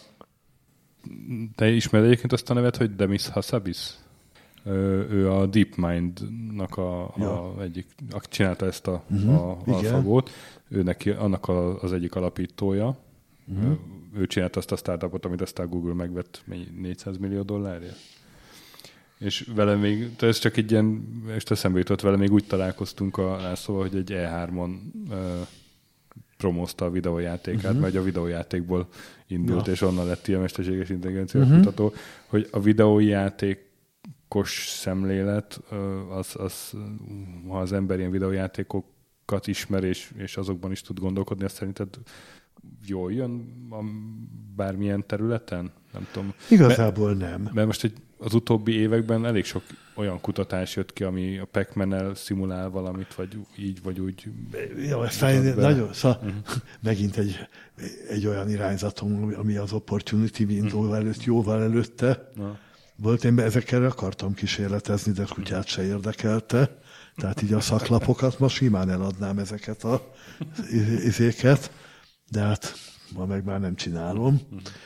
Te ismered egyébként azt a nevet, hogy Demis Hassabis? Ő a DeepMind-nak a, ja. a egyik, csinálta ezt a, uh-huh. a AlphaGo-t. Ő neki, annak a, az egyik alapítója. Uh-huh. Ő csinálta azt a startupot, amit aztán Google megvett négyszáz millió dollárért. És vele még, ez csak egy ilyen, és eszembe jutott, vele még úgy találkoztunk a Lászlóval, hogy egy E három-on uh, promózta a videójátékát, uh-huh. mert a videójátékból indult, ja. és onnan lett ilyen mesterséges intelligencia uh-huh. kutató, hogy a videójátékos szemlélet, az, az, ha az ember ilyen videójátékokat ismer, és, és azokban is tud gondolkodni, azt szerinted jól jön a bármilyen területen? Nem tudom. Igazából mert, nem. Mert most egy, az utóbbi években elég sok olyan kutatás jött ki, ami a Pac-Man-el szimulál valamit, vagy így, vagy úgy. Jó, ez nagyon, szóval uh-huh. megint egy, egy olyan irányzatom, ami az Opportunity Window uh-huh. előtt, jóval előtte uh-huh. volt. Én ezekkel akartam kísérletezni, de kutyát se érdekelte. Tehát így a szaklapokat ma simán eladnám ezeket a izéket, de hát ma meg már nem csinálom.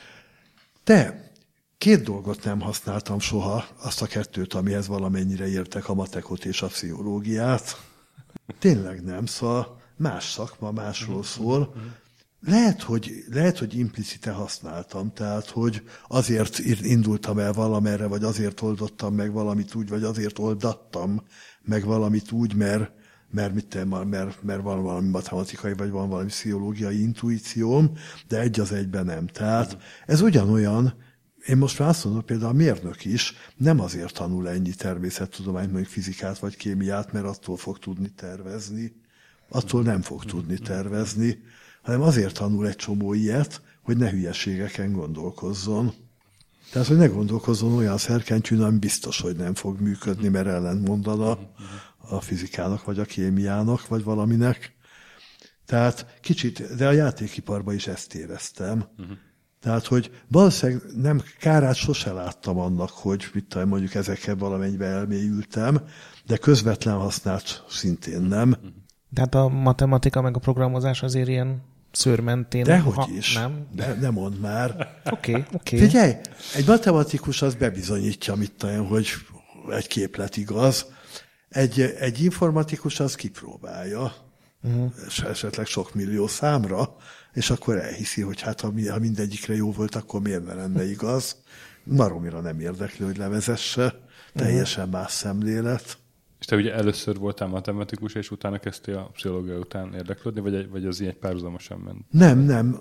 De két dolgot nem használtam soha, azt a kettőt, amihez valamennyire értek, a matekot és a pszichológiát. Tényleg nem, szóval más szakma, másról szól. Lehet, hogy, lehet, hogy implicite használtam, tehát, hogy azért indultam el valamerre, vagy azért oldottam meg valamit úgy, vagy azért oldattam meg valamit úgy, mert, mert, mit tenni, mert, mert van valami matematikai, vagy van valami pszichológiai intuícióm, de egy az egyben nem. Tehát ez ugyanolyan, én most már azt mondom, például a mérnök is nem azért tanul ennyi természettudományt, mondjuk fizikát vagy kémiát, mert attól fog tudni tervezni. Attól nem fog tudni tervezni, hanem azért tanul egy csomó ilyet, hogy ne hülyeségeken gondolkozzon. Tehát, hogy ne gondolkozzon olyan szerkentyűn, ami biztos, hogy nem fog működni, mert ellentmondana a fizikának, vagy a kémiának, vagy valaminek. Tehát kicsit, de a játékiparban is ezt éreztem. Uh-huh. Tehát, hogy valószínűleg nem kárát sose láttam annak, hogy mit tudom, mondjuk ezekkel valamennyibe elmélyültem, de közvetlen használt szintén nem. Tehát a matematika meg a programozás azért ilyen szőrmentén. Dehogy ha, is. Nem? De, ne mondd már. Oké, okay, oké. Okay. Figyelj, egy matematikus az bebizonyítja, mit tudom, hogy egy képlet igaz. Egy, egy informatikus az kipróbálja, uh-huh. esetleg sok millió számra, és akkor elhiszi, hogy hát ha mindegyikre jó volt, akkor miért ne lenne igaz. Maromira nem érdekli, hogy levezesse. Teljesen uh-huh. más szemlélet. És te ugye először voltál matematikus, és utána kezdtél a pszichológia után érdeklődni, vagy, vagy az ilyen párhuzamosan ment? Nem, nem.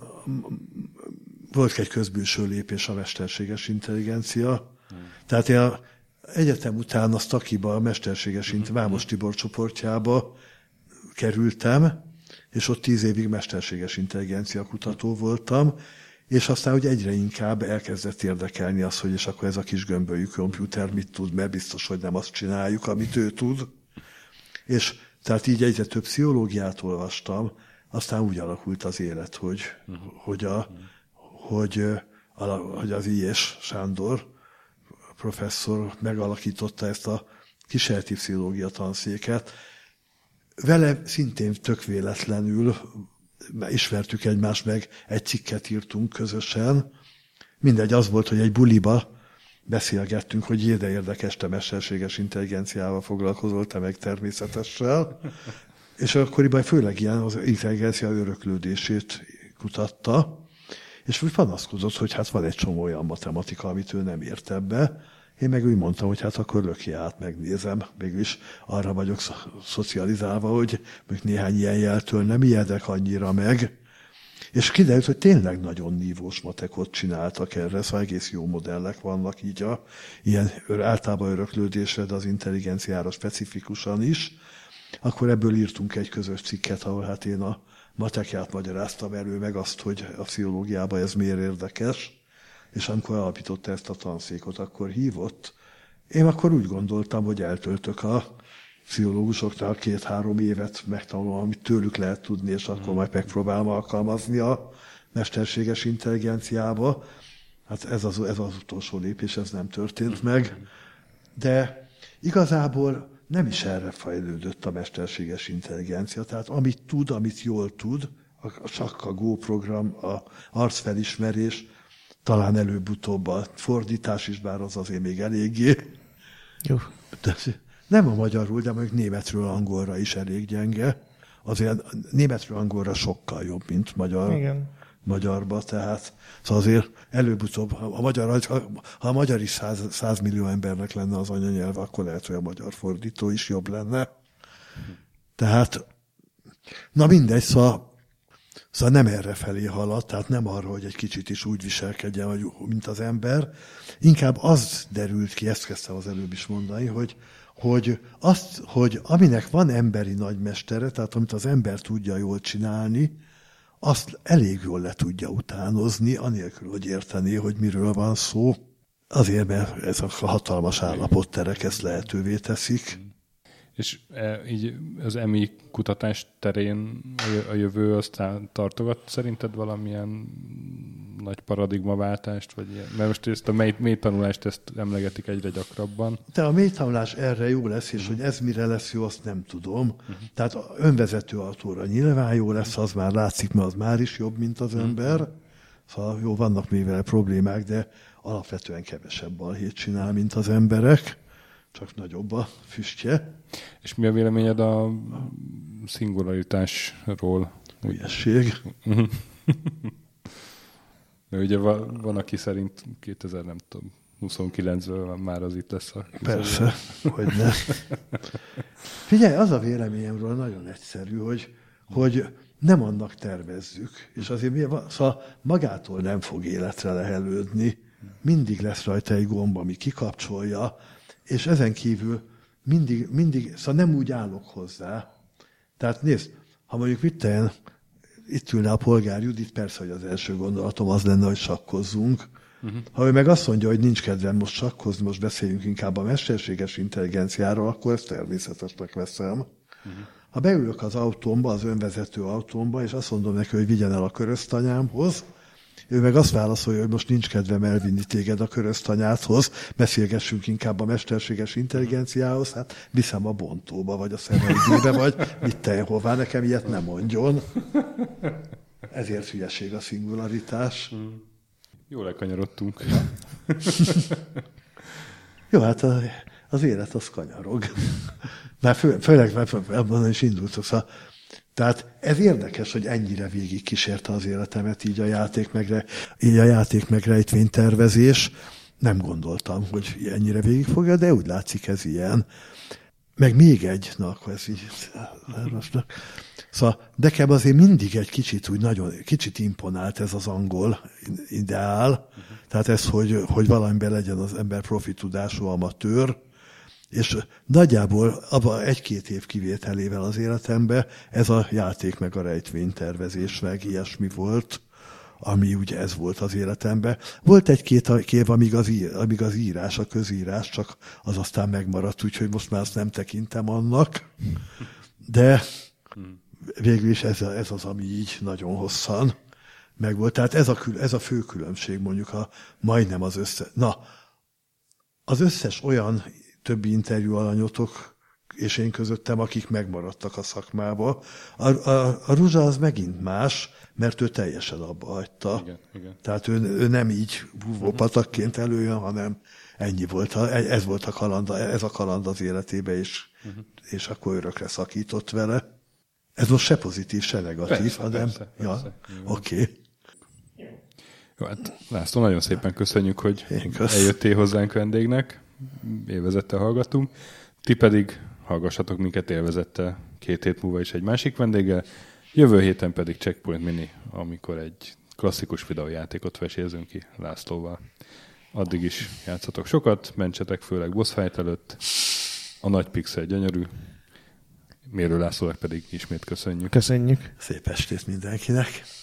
Volt egy közbülső lépés a mesterséges intelligencia. Hmm. Tehát én a egyetem után a Stakiba, a mesterséges intelligencia, Vámos Tibor csoportjába kerültem, és ott tíz évig mesterséges intelligencia kutató voltam, és aztán, hogy egyre inkább elkezdett érdekelni az, hogy és akkor ez a kis gömbölyű komputer mit tud, mert biztos, hogy nem azt csináljuk, amit ő tud. És tehát így egyre több pszichológiát olvastam, aztán úgy alakult az élet, hogy, uh-huh. hogy, a, hogy, a, hogy az I S Sándor professzor megalakította ezt a kísérleti pszichológia tanszéket. Vele szintén tök véletlenül ismertük egymást, meg egy cikket írtunk közösen. Mindegy, az volt, hogy egy buliba beszélgettünk, hogy ide érdekes, te mesterséges intelligenciával foglalkozol, te meg természetessel. És akkoriban főleg ilyen az intelligencia öröklődését kutatta, és úgy panaszkodott, hogy hát van egy csomó olyan matematika, amit ő nem ért ebbe. Én meg úgy mondtam, hogy hát akkor löki át, megnézem. Mégis arra vagyok szocializálva, hogy még néhány ilyen jeltől nem ijedek annyira meg. És kiderült, hogy tényleg nagyon nívós matekot csináltak erre, szóval egész jó modellek vannak így a ilyen általában öröklődésre, de az intelligenciára specifikusan is. Akkor ebből írtunk egy közös cikket, ahol hát én a matekját magyaráztam elő, meg azt, hogy a pszichológiában ez miért érdekes. És amikor alapította ezt a tanszékot, akkor hívott. Én akkor úgy gondoltam, hogy eltöltök a pszichológusoknál két-három évet megtanulom, amit tőlük lehet tudni, és akkor majd megpróbálom alkalmazni a mesterséges intelligenciába. Hát ez az, ez az utolsó lépés, ez nem történt meg. De igazából nem is erre fejlődött a mesterséges intelligencia. Tehát amit tud, amit jól tud, a Sakka Go program, a arcfelismerés, talán előbb-utóbb a fordítás is, bár az azért még eléggé. Jó. De nem a magyarul, de mondjuk németről angolra is elég gyenge. Azért németről angolra sokkal jobb, mint magyar, Igen. magyarba. Tehát szóval azért előbb-utóbb, ha a magyar, ha a magyar is száz millió embernek lenne az anyanyelve, akkor lehet, hogy a magyar fordító is jobb lenne. Tehát, na mindegy, szóval Szóval nem erre felé halad, tehát nem arra, hogy egy kicsit is úgy viselkedjen, mint az ember. Inkább az derült ki, ezt kezdtem az előbb is mondani, hogy, hogy, azt, hogy aminek van emberi nagymestere, tehát amit az ember tudja jól csinálni, azt elég jól le tudja utánozni, anélkül, hogy értené, hogy miről van szó. Azért, mert ez a hatalmas állapotterek ezt lehetővé teszik. És e, így az em i kutatás terén a jövő aztán tartogat szerinted valamilyen nagy paradigmaváltást? Vagy ilyen? Mert most ezt a mély, mély tanulást ezt emlegetik egyre gyakrabban. De a mély tanulás erre jó lesz, és hogy ez mire lesz jó, azt nem tudom. Uh-huh. Tehát önvezető autóra nyilván jó lesz, az már látszik, mert az már is jobb, mint az ember. Szóval jó, vannak még vele problémák, de alapvetően kevesebb balhét csinál, mint az emberek. Csak nagyobb a füstje. És mi a véleményed a szingularitásról? Hülyesség. Mert ugye van, van, aki szerint kétezer, nem tudom, huszonkilencből már az itt lesz a... Persze, hogy ne. Figyelj, az a véleményemről nagyon egyszerű, hogy, hogy nem annak tervezzük, és azért mi, szóval magától nem fog életre lehelődni. Mindig lesz rajta egy gomb, ami kikapcsolja, és ezen kívül mindig, mindig, szóval nem úgy állok hozzá. Tehát nézd, ha mondjuk mit tenni, itt ülne a Polgár Judit, persze, hogy az első gondolatom az lenne, hogy sakkozzunk. Uh-huh. Ha ő meg azt mondja, hogy nincs kedvem most sakkozni, most beszéljünk inkább a mesterséges intelligenciáról, akkor ezt természetesnek veszem. Uh-huh. Ha beülök az autómba, az önvezető autómba, és azt mondom neki, hogy vigyen el a köröztanyámhoz, ő meg azt válaszolja, hogy most nincs kedvem elvinni téged a köröztanyádhoz, beszélgessünk inkább a mesterséges intelligenciához, hát viszem a bontóba, vagy a szemeldébe, vagy mit te hová, nekem ilyet nem mondjon. Ezért hülyeség a szingularitás. Jól elkanyarodtunk. Jó, hát az élet az kanyarog. Már fő, főleg abban is indultok. Szóval, tehát ez érdekes, hogy ennyire végig kísérte az életemet így a játék, megre, így a játék megrejtvénytervezés. Nem gondoltam, hogy ennyire végig fogja, de úgy látszik, ez ilyen. Meg még egy, na akkor ez így... Szóval nekem azért mindig egy kicsit úgy nagyon, kicsit imponált ez az angol ideál. Uh-huh. Tehát ez, hogy, hogy valamiben legyen az ember profi tudású amatőr, és nagyjából abban egy-két év kivételével az életemben ez a játék meg a rejtvénytervezés meg ilyesmi volt, ami ugye ez volt az életemben. Volt egy-két év, amíg az, amíg az írás, a közírás, csak az aztán megmaradt, úgyhogy most már azt nem tekintem annak. De végül is ez, a, ez az, ami így nagyon hosszan megvolt. Tehát ez a, ez a fő különbség mondjuk a majdnem az összes... Na, az összes olyan többi interjú alanyotok és én közöttem, akik megmaradtak a szakmába. A, a, a Ruzsa az megint más, mert ő teljesen abba hagyta. Igen, igen. Tehát ő, ő nem így búvópatakként előjön, hanem ennyi volt, a, ez volt a kaland, ez a kaland az életébe, és, uh-huh. és akkor örökre szakított vele. Ez most se pozitív, se negatív, persze, hanem... Persze, ja, oké. Okay. Jó, hát László, nagyon szépen köszönjük, hogy eljöttél hozzánk vendégnek, élvezettel hallgattunk. Ti pedig hallgassatok minket élvezettel két hét múlva is egy másik vendéggel. Jövő héten pedig Checkpoint Mini, amikor egy klasszikus videójátékot vesézünk ki Lászlóval. Addig is játszatok sokat, mentsetek főleg boss fight előtt. A nagy pixel gyönyörű. Mérő Lászlónak pedig ismét köszönjük. Köszönjük. Szép estét mindenkinek.